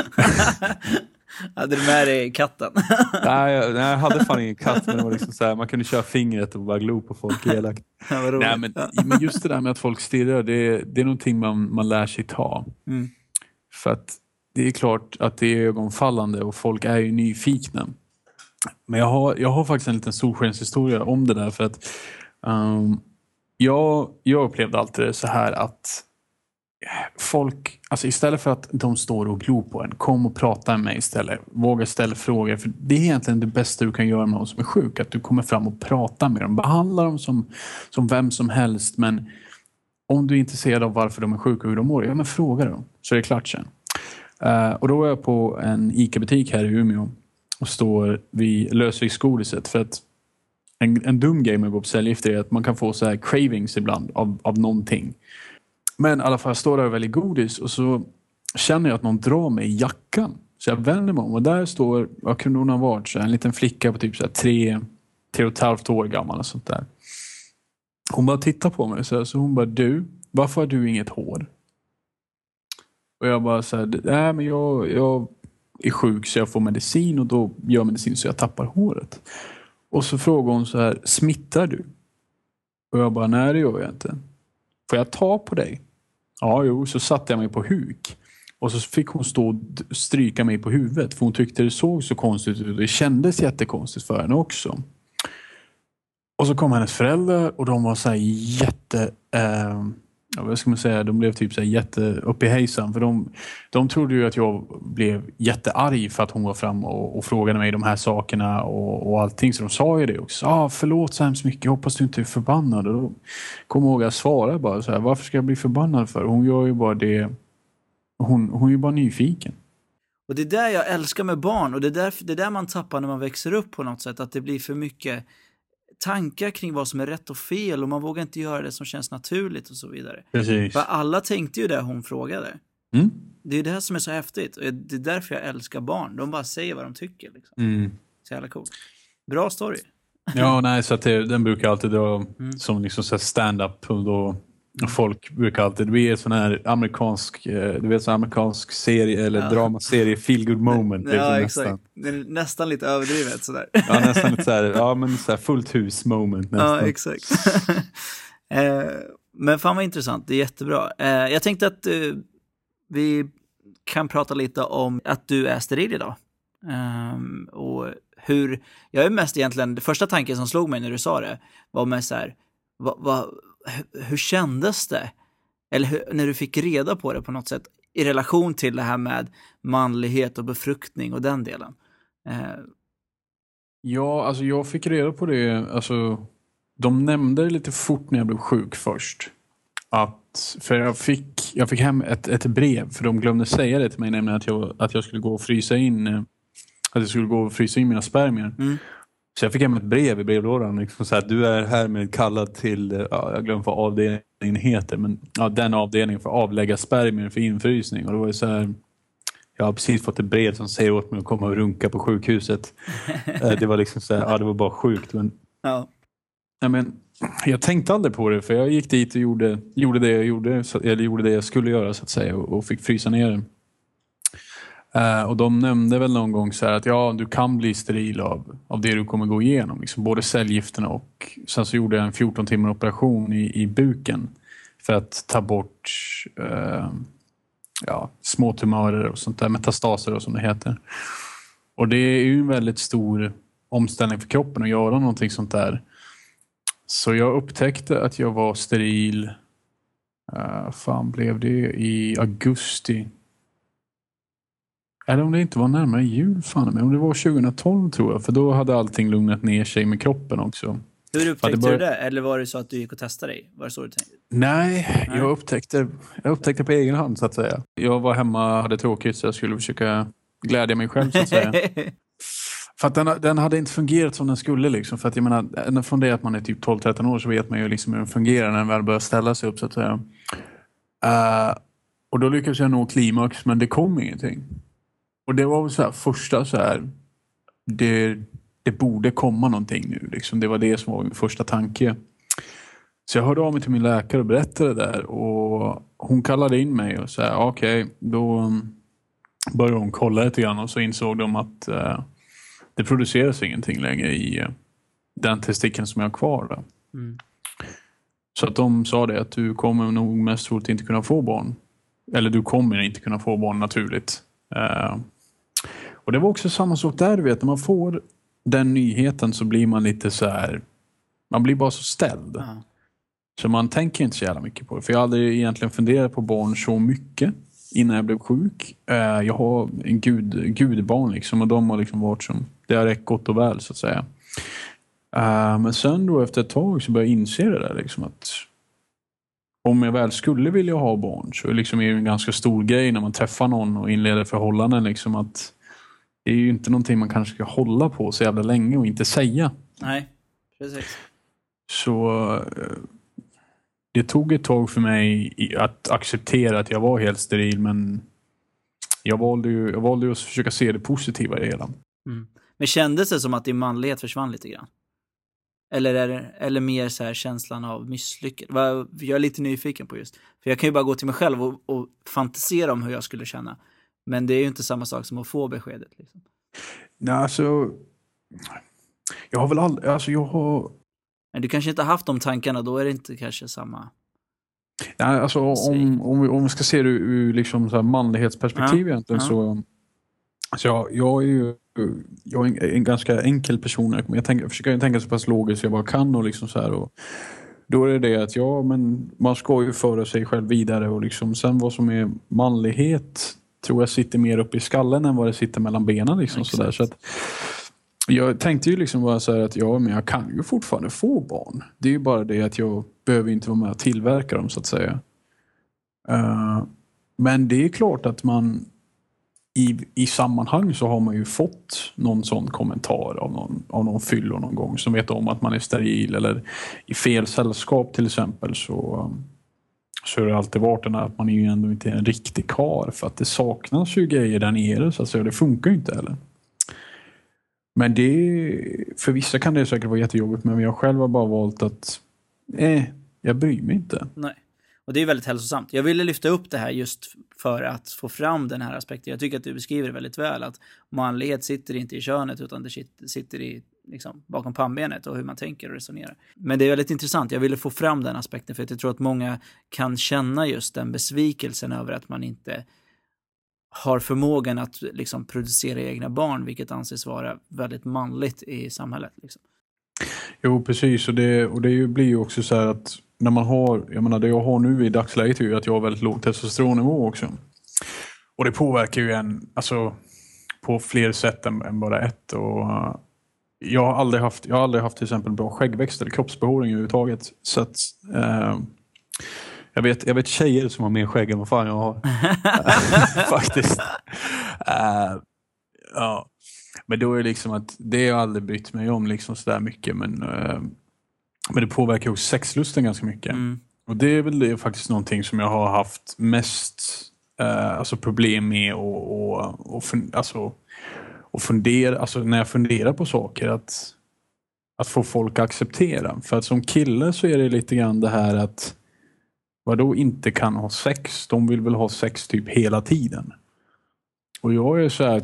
Hade du med dig katten? Nej, jag hade fan ingen katt, men det var liksom så här, man kunde köra fingret och bara glo på folk elakt. Nej, men just det där med att folk stirrar, det är någonting man lär sig ta. För att det är klart att det är ögonfallande och folk är ju nyfikna. Men jag har faktiskt en liten solskenshistoria om det där, för att jag upplevde alltid det så här att folk, alltså istället för att de står och glor på en, kom och prata med mig istället. Våga ställa frågor, för det är egentligen det bästa du kan göra med någon som är sjuk, att du kommer fram och pratar med dem. Behandla dem som vem som helst, men om du är intresserad av varför de är sjuka och hur de mår, ja men fråga dem, så är det klart sen. Och då var jag på en ICA-butik här i Umeå och står vid lösviktsgodiset, för att en dum grej med att gå på säljgifter är att man kan få så här cravings ibland av någonting. Men i alla fall, jag står där och väljer godis och så känner jag att någon drar mig i jackan. Så jag vänder mig om och där står, vad kunde hon ha varit, så en liten flicka på typ så här 3,5 år gammal och sånt där. Hon bara tittar på mig så hon bara, du, varför har du inget hår? Och jag bara så här, nej men jag är sjuk så jag får medicin och då gör jag medicin så jag tappar håret. Och så frågar hon så här, smittar du? Och jag bara, nej det gör jag inte. Får jag ta på dig? Ja, jo. Så satte jag mig på huk. Och så fick hon stå och stryka mig på huvudet. För hon tyckte det såg så konstigt ut. Och det kändes jättekonstigt för henne också. Och så kom hennes föräldrar. Och de var så här vad ska man säga? De blev typ så här jätte upp i hejsan. För de trodde ju att jag blev jättearg för att hon var fram och frågade mig de här sakerna och allting. Så de sa ju det också. Förlåt så hemskt mycket. Jag hoppas du inte är förbannad. Och då kom jag ihåg att svara bara så här. Varför ska jag bli förbannad för? Hon gör ju bara det. Hon är ju bara nyfiken. Och det är där jag älskar med barn. Och det är där man tappar när man växer upp på något sätt. Att det blir för mycket tankar kring vad som är rätt och fel och man vågar inte göra det som känns naturligt och så vidare. Precis. För alla tänkte ju det hon frågade. Det är det här som är så häftigt och det är därför jag älskar barn. De bara säger vad de tycker liksom. Så jävla coolt. Bra story. Ja, nej, så att den brukar alltid dra som liksom så stand-up och då folk brukar alltid, det blir sån här amerikansk serie eller dramaserie feel good moment. Ja, exakt. Det är nästan lite överdrivet sådär. Ja, nästan lite såhär, ja men såhär fullt hus moment nästan. Ja, exakt. Men fan vad intressant, det är jättebra. Jag tänkte att vi kan prata lite om att du är steril idag. Och hur, jag är mest egentligen, det första tanken som slog mig när du sa det var med så här, hur kändes det? Eller när du fick reda på det på något sätt i relation till det här med manlighet och befruktning och den delen. Ja, alltså jag fick reda på det. Alltså, de nämnde det lite fort när jag blev sjuk först. För jag fick hem ett brev. För de glömde säga det till mig. Nämligen att jag skulle gå och frysa in. Att jag skulle gå och frysa in mina spermier. Mm. Så jag fick hem ett brev i brevlådan. Liksom så här, du är härmed kallad till, jag glömde vad avdelningen heter. Men den avdelningen för att avlägga spermier för infrysning. Och det var ju så här. Jag har precis fått ett brev som säger åt mig att komma och runka på sjukhuset. Det var liksom så här, det var bara sjukt. Men, men jag tänkte aldrig på det, för jag gick dit och gjorde det jag gjorde. Eller gjorde det jag skulle göra, så att säga. Och fick frysa ner det. Och de nämnde väl någon gång så här att du kan bli steril av det du kommer gå igenom. Liksom, både cellgifterna och sen så gjorde jag en 14 timmar operation i buken. För att ta bort små tumörer och sånt där, metastaser och som det heter. Och det är ju en väldigt stor omställning för kroppen att göra någonting sånt där. Så jag upptäckte att jag var steril. Fan blev det i augusti. Eller om det inte var närmare jul, men om det var 2012 tror jag. För då hade allting lugnat ner sig med kroppen också. Hur upptäckte du det? Eller var det så att du gick och testade dig? Var det så du tänkte? Nej, jag upptäckte på egen hand, så att säga. Jag var hemma, hade tråkigt, så jag skulle försöka glädja mig själv, så att säga. För att den hade inte fungerat som den skulle liksom. För att jag menar, från det att man är typ 12-13 år så vet man ju liksom hur den fungerar när den väl börjar ställa sig upp, så att säga. Och då lyckades jag nå klimax, men det kom ingenting. Och det var väl så här, första så här, det borde komma någonting nu liksom. Det var det som var min första tanke. Så jag hörde av mig till min läkare och berättade det där. Och hon kallade in mig och sa okej, då började hon kolla lite grann. Och så insåg de att det produceras ingenting längre i den testikeln som jag har kvar där. Mm. Så att de sa det att du kommer nog mest troligt inte kunna få barn. Eller du kommer inte kunna få barn naturligt. Och det var också samma sak där, du vet. När man får den nyheten så blir man lite så här, man blir bara så ställd. Så man tänker inte så jävla mycket på det. För jag har aldrig egentligen funderat på barn så mycket innan jag blev sjuk. Jag har en gudbarn liksom, och de har liksom varit som, det har räckt gott och väl, så att säga. Men sen då efter ett tag så började jag inse det där liksom, att om jag väl skulle vilja ha barn så liksom är det en ganska stor grej när man träffar någon och inleder förhållanden liksom, att det är ju inte någonting man kanske ska hålla på så jävla länge och inte säga. Nej, precis. Så det tog ett tag för mig att acceptera att jag var helt steril, men jag valde ju att försöka se det positiva i det hela. Mm. Men kändes det som att din manlighet försvann lite grann? Eller mer så här känslan av misslyckande? Jag är lite nyfiken på just. För jag kan ju bara gå till mig själv och fantisera om hur jag skulle känna. Men det är ju inte samma sak som att få beskedet. Liksom. Nej, alltså... Jag har väl aldrig... Alltså jag har... Men du kanske inte har haft de tankarna, då är det inte kanske samma... Nej, alltså om vi ska se det ur liksom så här manlighetsperspektiv egentligen så... Alltså jag är en ganska enkel person. Jag försöker tänka så pass logiskt jag bara kan och liksom så här, och då är det att men man ska ju föra sig själv vidare och liksom sen vad som är manlighet tror jag sitter mer upp i skallen än vad det sitter mellan benen liksom, så där. Så att jag tänkte ju liksom bara så här att men jag kan ju fortfarande få barn. Det är ju bara det att jag behöver inte vara med och tillverka dem, så att säga. Men det är klart att man i sammanhang så har man ju fått någon sån kommentar av någon fyllo någon gång som vet om att man är steril, eller i fel sällskap till exempel så har det alltid varit den här att man är ju ändå inte en riktig kar, för att det saknas ju grejer där nere, så att säga, det funkar ju inte heller. Men för vissa kan det säkert vara jättejobbigt, men jag själv har bara valt att jag bryr mig inte. Nej. Och det är väldigt hälsosamt. Jag ville lyfta upp det här just för att få fram den här aspekten. Jag tycker att du beskriver det väldigt väl, att manlighet sitter inte i könet utan det sitter i, liksom, bakom pannbenet och hur man tänker och resonerar. Men det är väldigt intressant. Jag ville få fram den aspekten för att jag tror att många kan känna just den besvikelsen över att man inte har förmågan att liksom producera egna barn, vilket anses vara väldigt manligt i samhället. Liksom. Jo, precis. Och det blir ju också så här att när man har, jag menar det jag har nu i dagsläget är ju att jag har väldigt låg testosteronnivå också. Och det påverkar ju en, alltså på fler sätt än bara ett. Och Jag har aldrig haft till exempel bra skäggväxt eller kroppsbehåring överhuvudtaget. Så att jag vet tjejer som har mer skägg än vad fan jag har. Faktiskt. Ja. Men då är det liksom att det har aldrig brytt mig om liksom sådär mycket. Men det påverkar också sexlusten ganska mycket. Och det är väl det faktiskt någonting som jag har haft mest alltså problem med och fundera, alltså när jag funderar på saker att få folk att acceptera. För att som kille så är det lite grann det här att vadå inte kan ha sex? De vill väl ha sex typ hela tiden. Och jag är så här att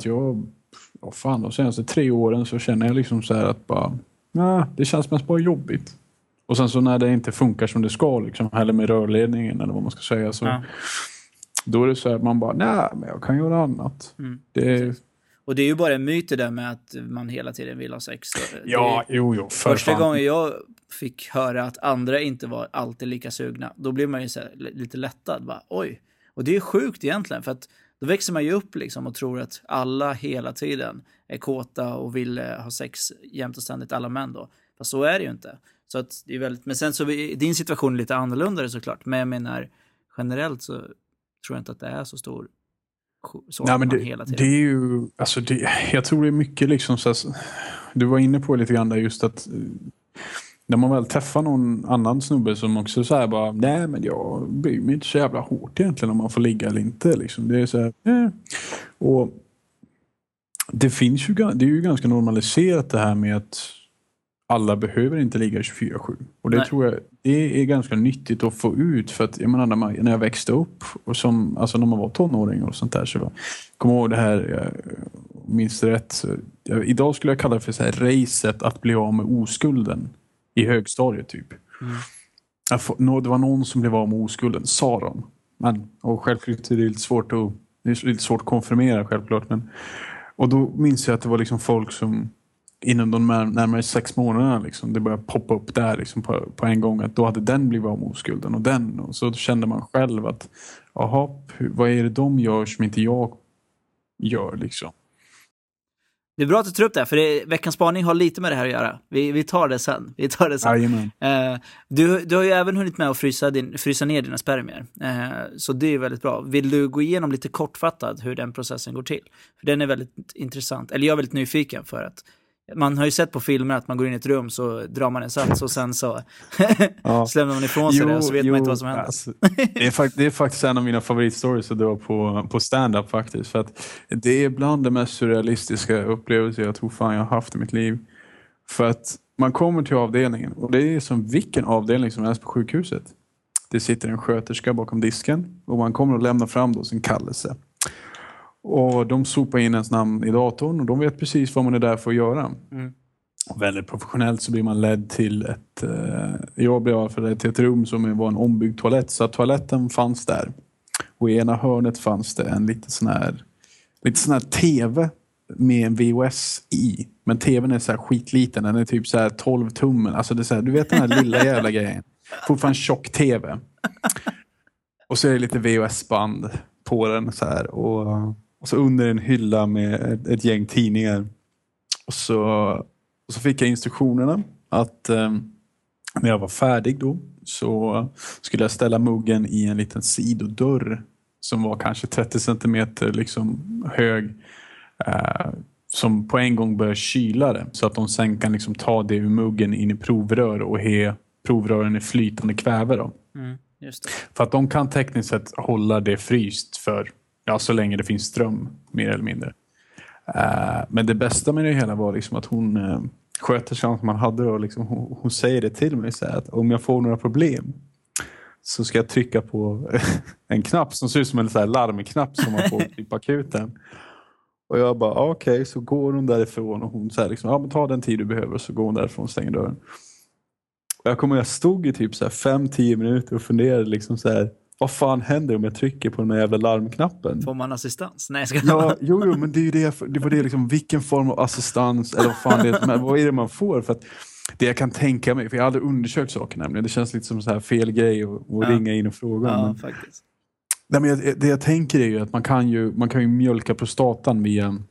de senaste 3 åren så känner jag liksom så här att bara, det känns mest bara jobbigt. Och sen så när det inte funkar som det ska liksom, eller med rörledningen eller vad man ska säga så då är det så här att man bara, nej men jag kan göra annat. Och det är ju bara en myt det där med att man hela tiden vill ha sex. Första gången jag fick höra att andra inte var alltid lika sugna, då blev man ju så här, lite lättad. Bara, oj. Och det är sjukt egentligen, för att då växer man ju upp liksom och tror att alla hela tiden är kåta och vill ha sex jämt och ständigt, alla män då. Fast så är det ju inte. Så att det är väldigt, men sen så din situation är lite annorlunda såklart. Men jag menar, generellt så tror jag inte att det är så stor. Nej, men det är ju, alltså jag tror det är mycket liksom så här, du var inne på lite grann där just att när man väl träffar någon annan snubbe som också så här bara, nej men jag bryr mig inte så jävla hårt egentligen om man får ligga eller inte liksom. Det är så här, och det är ju ganska normaliserat det här med att alla behöver inte ligga 24/7. Och det tror jag det är ganska nyttigt att få ut. För att jag menar, när jag växte upp och alltså när man var tonåring och sånt där, så kom ihåg det här, jag minns rätt. Idag skulle jag kalla det för så här racet att bli av med oskulden i högstadiet typ. Det var någon som blev av med oskulden, sa de. Och självklart är det lite svårt att konfirmera självklart. Och då minns jag att det var liksom folk som inom de närmare 6 månaderna liksom, det började poppa upp där liksom på en gång att då hade den blivit av med oskulden och så kände man själv att vad är det de gör som inte jag gör liksom. Det är bra att du tar upp det här, för veckans spaning har lite med det här att göra. Vi tar det sen. Du har ju även hunnit med att frysa ner dina spermier. Så det är väldigt bra. Vill du gå igenom lite kortfattat hur den processen går till? För den är väldigt intressant. Eller jag är väldigt nyfiken, för att man har ju sett på filmer att man går in i ett rum, så drar man en sats och sen så slämmer man ifrån sig det och så vet man inte vad som händer. Alltså, det är faktiskt en av mina favoritstories att dra på stand-up faktiskt. För att det är bland de mest surrealistiska upplevelser jag tror fan jag har haft i mitt liv. För att man kommer till avdelningen och det är som vilken avdelning som helst på sjukhuset. Det sitter en sköterska bakom disken och man kommer att lämna fram då sin kallelse. Och de sopar in ens namn i datorn och de vet precis vad man är där för att göra. Och väldigt professionellt så blir man ledd till jag blev i alla fall ledd till ett rum som var en ombyggd toalett. Så att toaletten fanns där. Och i ena hörnet fanns det en lite sån här tv med en VHS i. Men tvn är så här skitliten, den är typ så här 12 tummen. Alltså det är så här, du vet den här lilla jävla grejen. Fortfarande tjock tv. Och så är det lite VHS-band på den så här och så under en hylla med ett gäng tidningar. Och så fick jag instruktionerna att när jag var färdig då så skulle jag ställa muggen i en liten sidodörr som var kanske 30 centimeter liksom hög, som på en gång börjar kyla det så att de sen kan liksom ta det ur muggen in i provrör och provrören i flytande kväve då. Just det. För att de kan tekniskt sett hålla det fryst för så länge det finns ström, mer eller mindre. Men det bästa med det hela var liksom att hon sköterskan som man hade och liksom, hon säger det till mig så här, att om jag får några problem så ska jag trycka på en knapp som ser ut som en så här larmknapp som man får på akuten. Och jag bara okej, så går hon därifrån och hon säger liksom, men ta den tid du behöver, så går hon därifrån och stänger dörren. Och jag stod i typ så här 5-10 minuter och funderade liksom så här, vad fan händer om jag trycker på den här jävla larmknappen? Får man assistans? Nej, men det är ju det var det liksom, vilken form av assistans eller vad fan det är, vad är det man får? För att det jag kan tänka mig, för jag har aldrig undersökt saker nämligen, det känns lite som så här fel grej att ringa in och fråga. Ja, faktiskt. Nej, men det jag tänker är ju att man kan ju mjölka prostatan via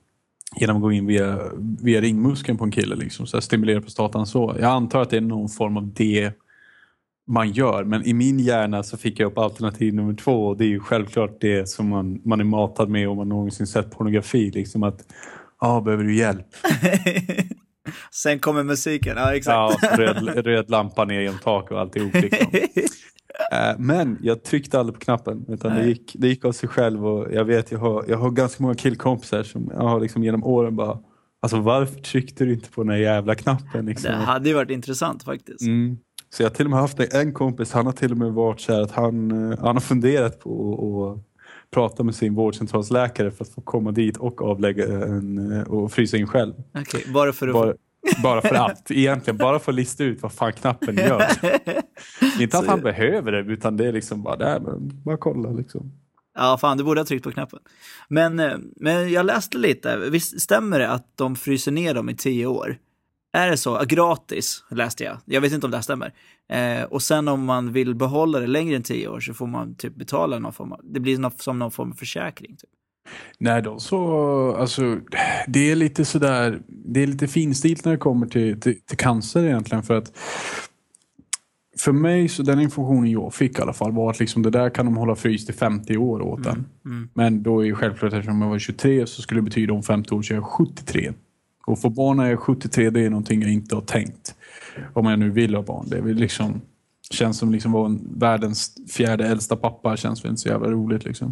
genom att gå in via ringmuskeln på en kille liksom, så här stimulera prostatan så. Jag antar att det är någon form av det man gör, men i min hjärna så fick jag upp alternativ nummer 2 och det är ju självklart det som man är matad med om man någonsin sett pornografi liksom att behöver du hjälp? Sen kommer musiken, ja exakt. Ja, röd lampa ner genom tak och alltihop liksom. Men jag tryckte aldrig på knappen utan det gick av sig själv och jag vet jag har ganska många killkompisar som jag har liksom genom åren bara alltså varför tryckte du inte på den här jävla knappen liksom? Det hade ju varit intressant faktiskt. Så jag har till och med haft en kompis, han har till och med varit så här att han har funderat på att prata med sin vårdcentralsläkare för att få komma dit och avlägga och frysa in själv. Okej, bara för att egentligen bara för att lista ut vad fan knappen gör. Inte att han behöver det utan det är liksom bara där, men bara kolla liksom. Ja, fan, du borde ha tryckt på knappen. Men jag läste lite. Visst stämmer det att de fryser ner dem i 10 år? Är det så? Gratis läste jag. Jag vet inte om det här stämmer. Och sen om man vill behålla det längre än 10 år så får man typ betala någon form av... Det blir som någon form av försäkring typ. Nej då, så alltså det är lite sådär, det är lite finstilt när det kommer till cancer egentligen för att för mig så den informationen jag fick i alla fall var att liksom det där kan de hålla fryst i 50 år åt den. Men då är ju självklart eftersom jag var 23 så skulle det betyda om 50 år så är jag 73. Och för barn är jag 73, det är någonting jag inte har tänkt. Om jag nu vill ha barn. Det är väl liksom, känns som liksom vara världens 4:e äldsta pappa. Känns väl inte så jävla roligt liksom.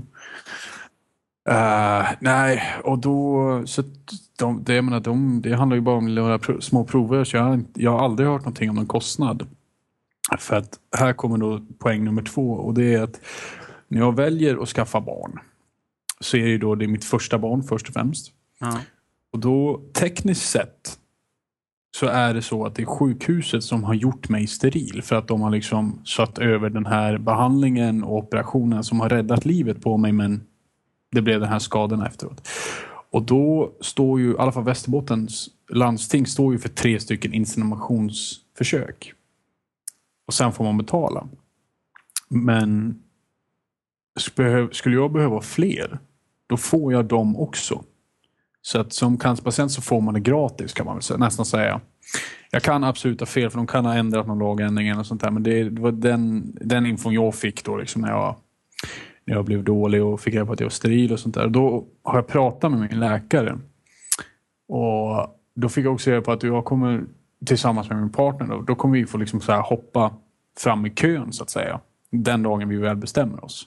Nej, och då så det handlar ju bara om några små prover. Så jag har aldrig hört någonting om någon kostnad. För att här kommer då poäng nummer 2. Och det är att när jag väljer att skaffa barn så är det mitt första barn först och främst. Ja. Och då tekniskt sett så är det så att det är sjukhuset som har gjort mig steril. För att de har liksom satt över den här behandlingen och operationen som har räddat livet på mig. Men det blev den här skadan efteråt. Och då står ju, i alla fall Västerbottens landsting står ju för 3 stycken inseminationsförsök. Och sen får man betala. Men skulle jag behöva fler, då får jag dem också. Så att som cancerpatient så får man det gratis kan man väl nästan säga. Jag kan absolut ha fel för de kan ha ändrat någon lagändring eller sånt där. Men det var den infon jag fick då liksom när jag blev dålig och fick reda på att jag var steril och sånt där. Då har jag pratat med min läkare. Och då fick jag också reda på att jag kommer tillsammans med min partner då kommer vi få liksom så här hoppa fram i kön så att säga. Den dagen vi väl bestämmer oss.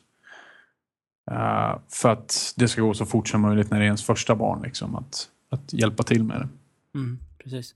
För att det ska gå så fort som möjligt när det är ens första barn liksom, att hjälpa till med det. Precis.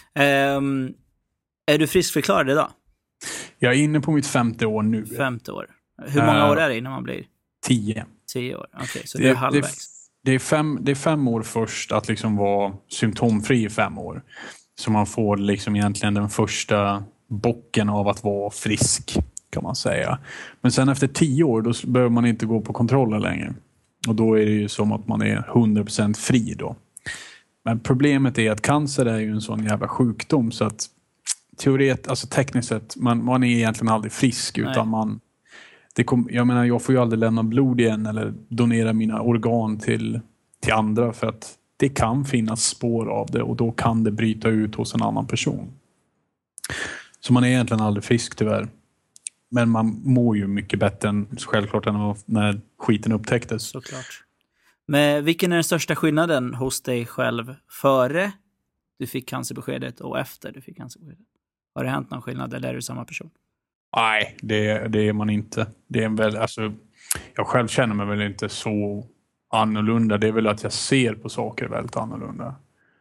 Är du friskförklarad idag? Jag är inne på mitt 5:e år nu. 5:e år. Hur många år är det innan man blir? 10. 10 år, okej. Så det är halvvägs. Det är 5 år först att liksom vara symptomfri i 5 år. Så man får liksom egentligen den första bocken av att vara frisk kan man säga. Men sen efter 10 år då behöver man inte gå på kontroller längre. Och då är det ju som att man är 100% fri då. Men problemet är att cancer är ju en sån jävla sjukdom så att alltså tekniskt sett man är egentligen aldrig frisk utan jag menar jag får ju aldrig lämna blod igen eller donera mina organ till andra för att det kan finnas spår av det och då kan det bryta ut hos en annan person. Så man är egentligen aldrig frisk tyvärr. Men man mår ju mycket bättre än självklart än när skiten upptäcktes. Såklart. Men vilken är den största skillnaden hos dig själv före du fick cancerbeskedet och efter du fick cancerbeskedet? Har det hänt någon skillnad eller är du samma person? Nej, det är man inte. Det är väl, alltså, jag själv känner mig väl inte så annorlunda. Det är väl att jag ser på saker väldigt annorlunda.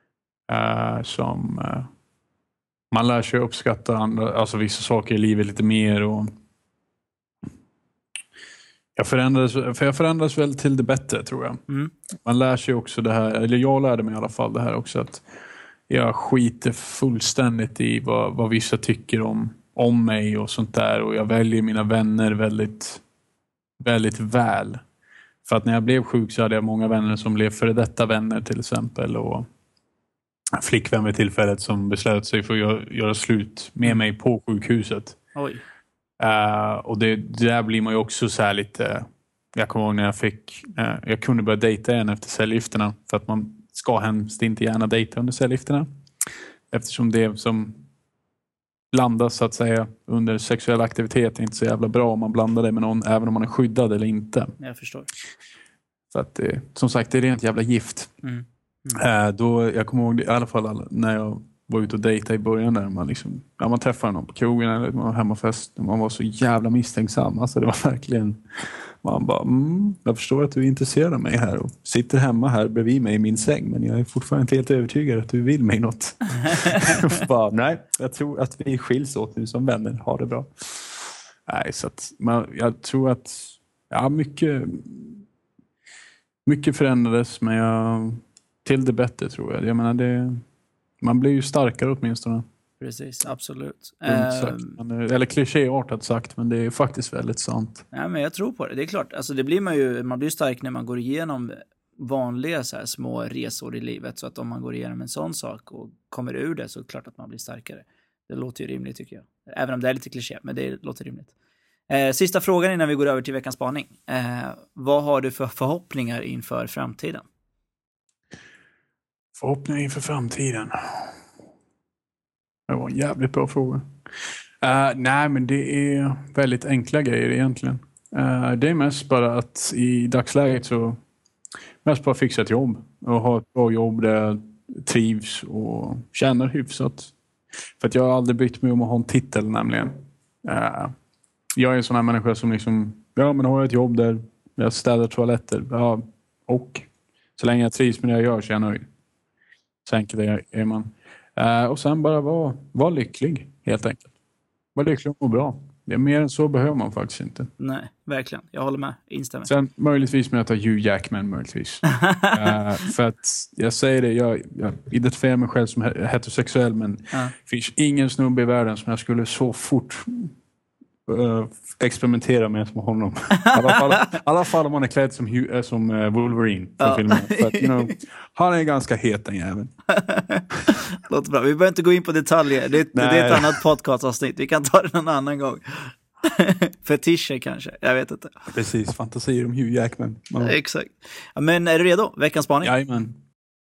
Man lär sig uppskatta alltså vissa saker i livet lite mer och jag förändrades väl till det bättre tror jag. Man lär sig också det här, eller jag lärde mig i alla fall det här också att jag skiter fullständigt i vad vissa tycker om mig och sånt där och jag väljer mina vänner väldigt, väldigt väl. För att när jag blev sjuk så hade jag många vänner som blev före detta vänner till exempel och flickvän vid tillfället som beslöt sig för att göra slut med mig på sjukhuset. Oj. Och det där blir man ju också så här lite... Jag kommer ihåg när jag kunde börja dejta igen efter cellgifterna. För att ska hemskt inte gärna dejta under cellgifterna. Eftersom det som blandas så att säga under sexuell aktivitet är inte så jävla bra om man blandar det med någon även om man är skyddad eller inte. Jag förstår. Så att som sagt, det är rent jävla gift. Då, jag kommer ihåg det, i alla fall när jag var ute och dejtade i början där man träffade någon på krogen eller man var hemmafest och man var så jävla misstänksam. Alltså det var verkligen, man bara, jag förstår att du är intresserad av mig här och sitter hemma här bredvid mig i min säng, men jag är fortfarande inte helt övertygad att du vill mig något. Bara, nej, jag tror att vi skiljs åt nu som vänner, ha det bra. Nej, så att jag tror att mycket förändrades, men till det bättre tror jag. Jag menar, man blir ju starkare åtminstone. Precis, absolut. Eller klichéartat sagt, men det är faktiskt väldigt sant. Ja, men jag tror på det. Det är klart. Alltså, man blir stark när man går igenom vanliga så här, små resor i livet. Så att om man går igenom en sån sak och kommer ur det, så är det klart att man blir starkare. Det låter ju rimligt tycker jag. Även om det är lite kliché, men det låter rimligt. Sista frågan innan vi går över till veckans spaning. Vad har du för förhoppningar inför framtiden? Förhoppningar inför framtiden? Det var en jävligt bra fråga. Nej, men det är väldigt enkla grejer egentligen. Det är mest bara att i dagsläget så mest bara fixa ett jobb. Och ha ett bra jobb där jag trivs och tjänar hyfsat. För att jag har aldrig brytt mig om att ha en titel nämligen. Jag är en sån här människa som men har jag ett jobb där jag städar toaletter. Ja, och så länge jag trivs med det jag gör så är jag nöjd. Så enkelt är man. Och sen bara vara lycklig, helt enkelt. Vara lycklig och må bra. Det är mer än så behöver man faktiskt inte. Nej, verkligen. Jag håller med. Instämmer. Sen möjligtvis med att ta Hugh Jackman, möjligtvis. För att jag säger det, jag identifierar mig själv som heterosexuell, men det finns ingen snubbe i världen som jag skulle så fort experimentera med som honom. I alla fall om man är klädd som Wolverine från filmen. För att, han är ganska het den jäveln. Låter bra. Vi behöver inte gå in på detaljer. Det är ett annat podcastavsnitt. Vi kan ta det någon annan gång. Fetischer kanske. Jag vet inte. Precis, fantasier om Hugh Jackman. Exakt. Ja, men är du redo? Veckans spaning? Jajamän.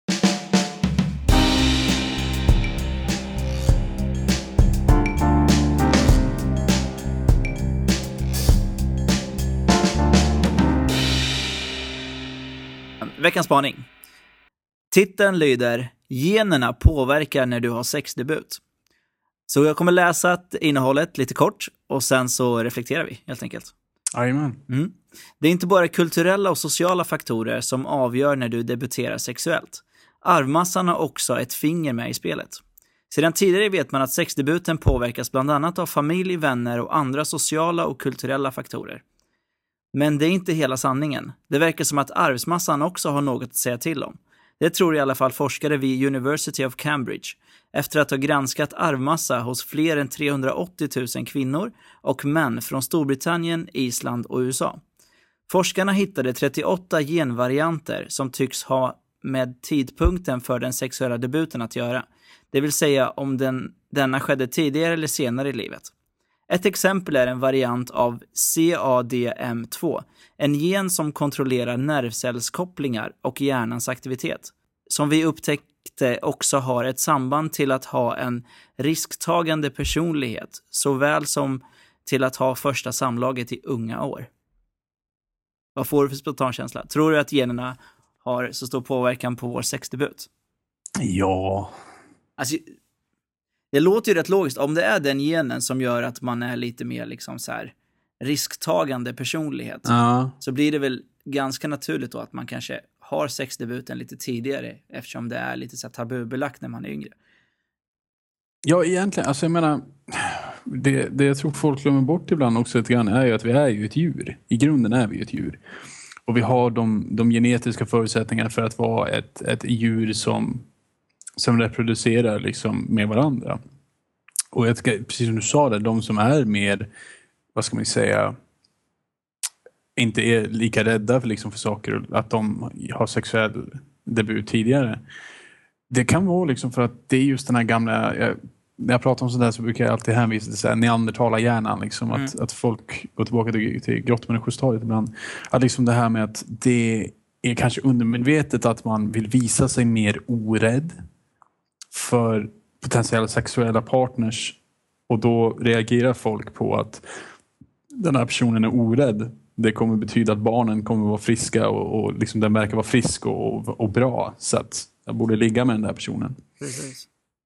Veckans spaning. Titeln lyder: generna påverkar när du har sexdebut. Så jag kommer läsa innehållet lite kort och sen så reflekterar vi helt enkelt. Jajamän. Det är inte bara kulturella och sociala faktorer som avgör när du debuterar sexuellt. Arvmassan har också ett finger med i spelet. Sedan tidigare vet man att sexdebuten påverkas bland annat av familj, vänner och andra sociala och kulturella faktorer. Men det är inte hela sanningen. Det verkar som att arvsmassan också har något att säga till om. Det tror i alla fall forskare vid University of Cambridge, efter att ha granskat arvmassa hos fler än 380 000 kvinnor och män från Storbritannien, Island och USA. Forskarna hittade 38 genvarianter som tycks ha med tidpunkten för den sexuella debuten att göra. Det vill säga om denna skedde tidigare eller senare i livet. Ett exempel är en variant av CADM2, en gen som kontrollerar nervcellskopplingar och hjärnans aktivitet, som vi upptäckte också har ett samband till att ha en risktagande personlighet, såväl som till att ha första samlaget i unga år. Vad får du för spontankänsla? Tror du att generna har så stor påverkan på vår sexdebut? Ja. Alltså, det låter ju rätt logiskt. Om det är den genen som gör att man är lite mer liksom så här risktagande personlighet, så blir det väl ganska naturligt då att man kanske har sexdebuten lite tidigare, eftersom det är lite så här tabubelagt när man är yngre. Ja, egentligen. Alltså jag menar, det jag tror folk glömmer bort ibland också lite grann är ju att vi är ju ett djur. I grunden är vi ju ett djur. Och vi har de genetiska förutsättningarna för att vara ett djur som reproducerar liksom med varandra. Och jag tycker, precis som du sa där, de som är mer, vad ska man säga, inte är lika rädda för saker, att de har sexuell debut tidigare. Det kan vara liksom för att det är just den här gamla, när jag pratar om sådär så brukar jag alltid hänvisa till så här neandertalarhjärnan liksom, att folk går tillbaka till grottmänniskostadiet ibland. Att liksom det här med att det är kanske undermedvetet att man vill visa sig mer orädd för potentiella sexuella partners, och då reagerar folk på att den här personen är orädd. Det kommer betyda att barnen kommer vara friska och liksom den verkar vara frisk och bra, så att jag borde ligga med den där personen. Precis.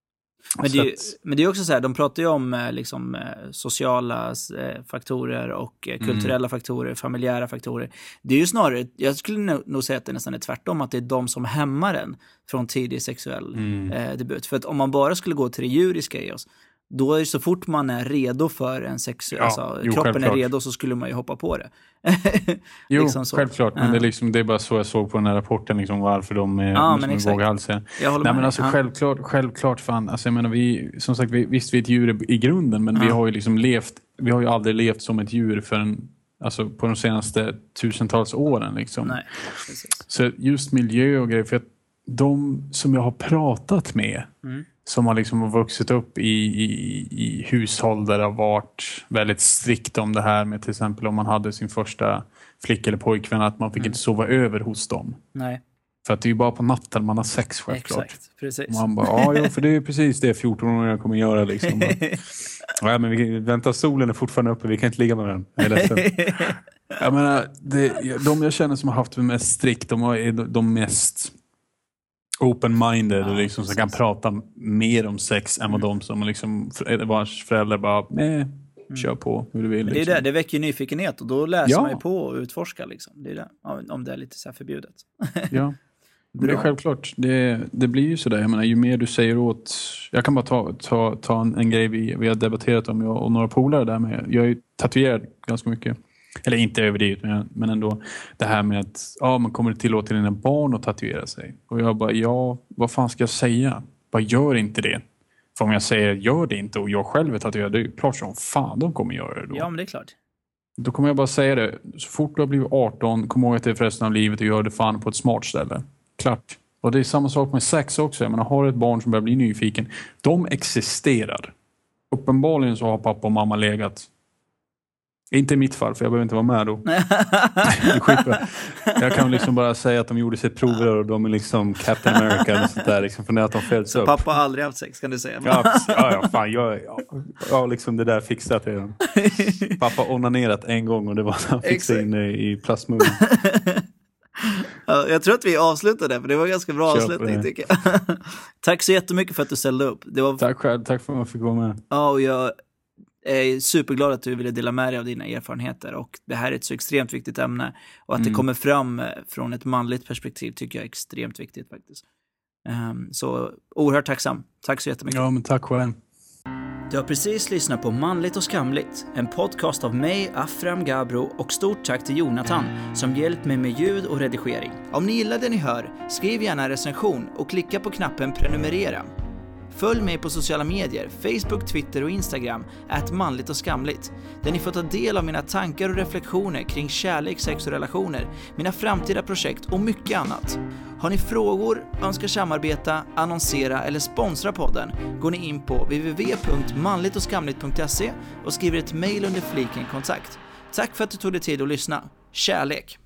Men det är också så här, de pratar ju om liksom, sociala faktorer och kulturella faktorer, familjära faktorer. Det är ju snarare, jag skulle nog säga att det nästan är tvärtom, att det är de som hämmar en från tidig sexuell debut. För att om man bara skulle gå till det djuriska i oss, då är det så fort man är redo för en kroppen självklart. Är redo, så skulle man ju hoppa på det. Jo, liksom så. Självklart. Men det är bara så jag såg på den här rapporten, liksom, varför de är våghalsiga. Nej, men alltså självklart fan. Alltså, jag menar, visst vi är ett djur i grunden, men vi har ju liksom vi har ju aldrig levt som ett djur alltså på de senaste tusentals åren. Liksom. Nej, precis. Så just miljö och grejer, för att de som jag har pratat med, som har liksom vuxit upp i hushåll där det har varit väldigt strikt om det här med, till exempel om man hade sin första flicka eller pojkvän, att man fick inte sova över hos dem. Nej. För att det är ju bara på natten man har sex, självklart. Exakt, precis. Och man bara, för det är precis det 14-åringar kommer göra liksom. Ja, men vi väntar, solen är fortfarande uppe, vi kan inte ligga med den. Jag är ledsen. Jag menar, de jag känner som har haft det mest strikt, de är de mest open-minded, liksom, som kan prata mer om sex än vad de som liksom, vars föräldrar bara, kör på hur du vill. Liksom. Det väcker nyfikenhet, och då läser man ju på och utforskar. Liksom. Det är det, om det är lite så här förbjudet. Ja, det är självklart. Det blir ju sådär. Jag menar, ju mer du säger åt... Jag kan bara ta en grej vi har debatterat om, jag och några polare där med. Jag är ju tatuerad ganska mycket. Eller inte överdrivet, men ändå det här med att man kommer tillåta dina barn att tatuera sig. Och jag bara, vad fan ska jag säga? Bara gör inte det. För om jag säger gör det inte och jag själv är tatuerad, det är ju klart som fan de kommer göra det då. Ja, men det är klart. Då kommer jag bara säga det. Så fort du har blivit 18, kom ihåg att det är för resten av livet och gör det fan på ett smart ställe. Klart. Och det är samma sak med sex också. Jag menar, har ett barn som börjar bli nyfiken, de existerar. Uppenbarligen så har pappa och mamma legat. Inte i mitt fall, för jag behöver inte vara med då. Jag kan liksom bara säga att de gjorde sitt prover och de är liksom Captain America och sånt där, liksom, från att de föds upp. Pappa har aldrig haft sex, kan du säga. Ja, fan, jag liksom det där fixat redan. Pappa onanerat en gång och det var att han fixade in i plastmuggen. Jag tror att vi avslutade, för det var en ganska bra avslutning, tycker jag. Tack så jättemycket för att du ställde upp. Tack själv, tack för att jag fick vara med. Ja, och jag är superglad att du ville dela med dig av dina erfarenheter, och det här är ett så extremt viktigt ämne, och att det kommer fram från ett manligt perspektiv tycker jag är extremt viktigt faktiskt. Så oerhört tacksam. Tack så jättemycket. Ja, men tack själv. Du har precis lyssnat på Manligt och skamligt, en podcast av mig, Afram Gabro, och stort tack till Jonathan som hjälpt mig med ljud och redigering. Om ni gillar det ni hör, skriv gärna en recension och klicka på knappen prenumerera. Följ mig på sociala medier, Facebook, Twitter och Instagram @manligt och skamligt, där ni får ta del av mina tankar och reflektioner kring kärlek, sex och relationer, mina framtida projekt och mycket annat. Har ni frågor, önskar samarbeta, annonsera eller sponsra podden, går ni in på www.manligtochskamligt.se och skriver ett mejl under fliken kontakt. Tack för att du tog dig tid att lyssna. Kärlek!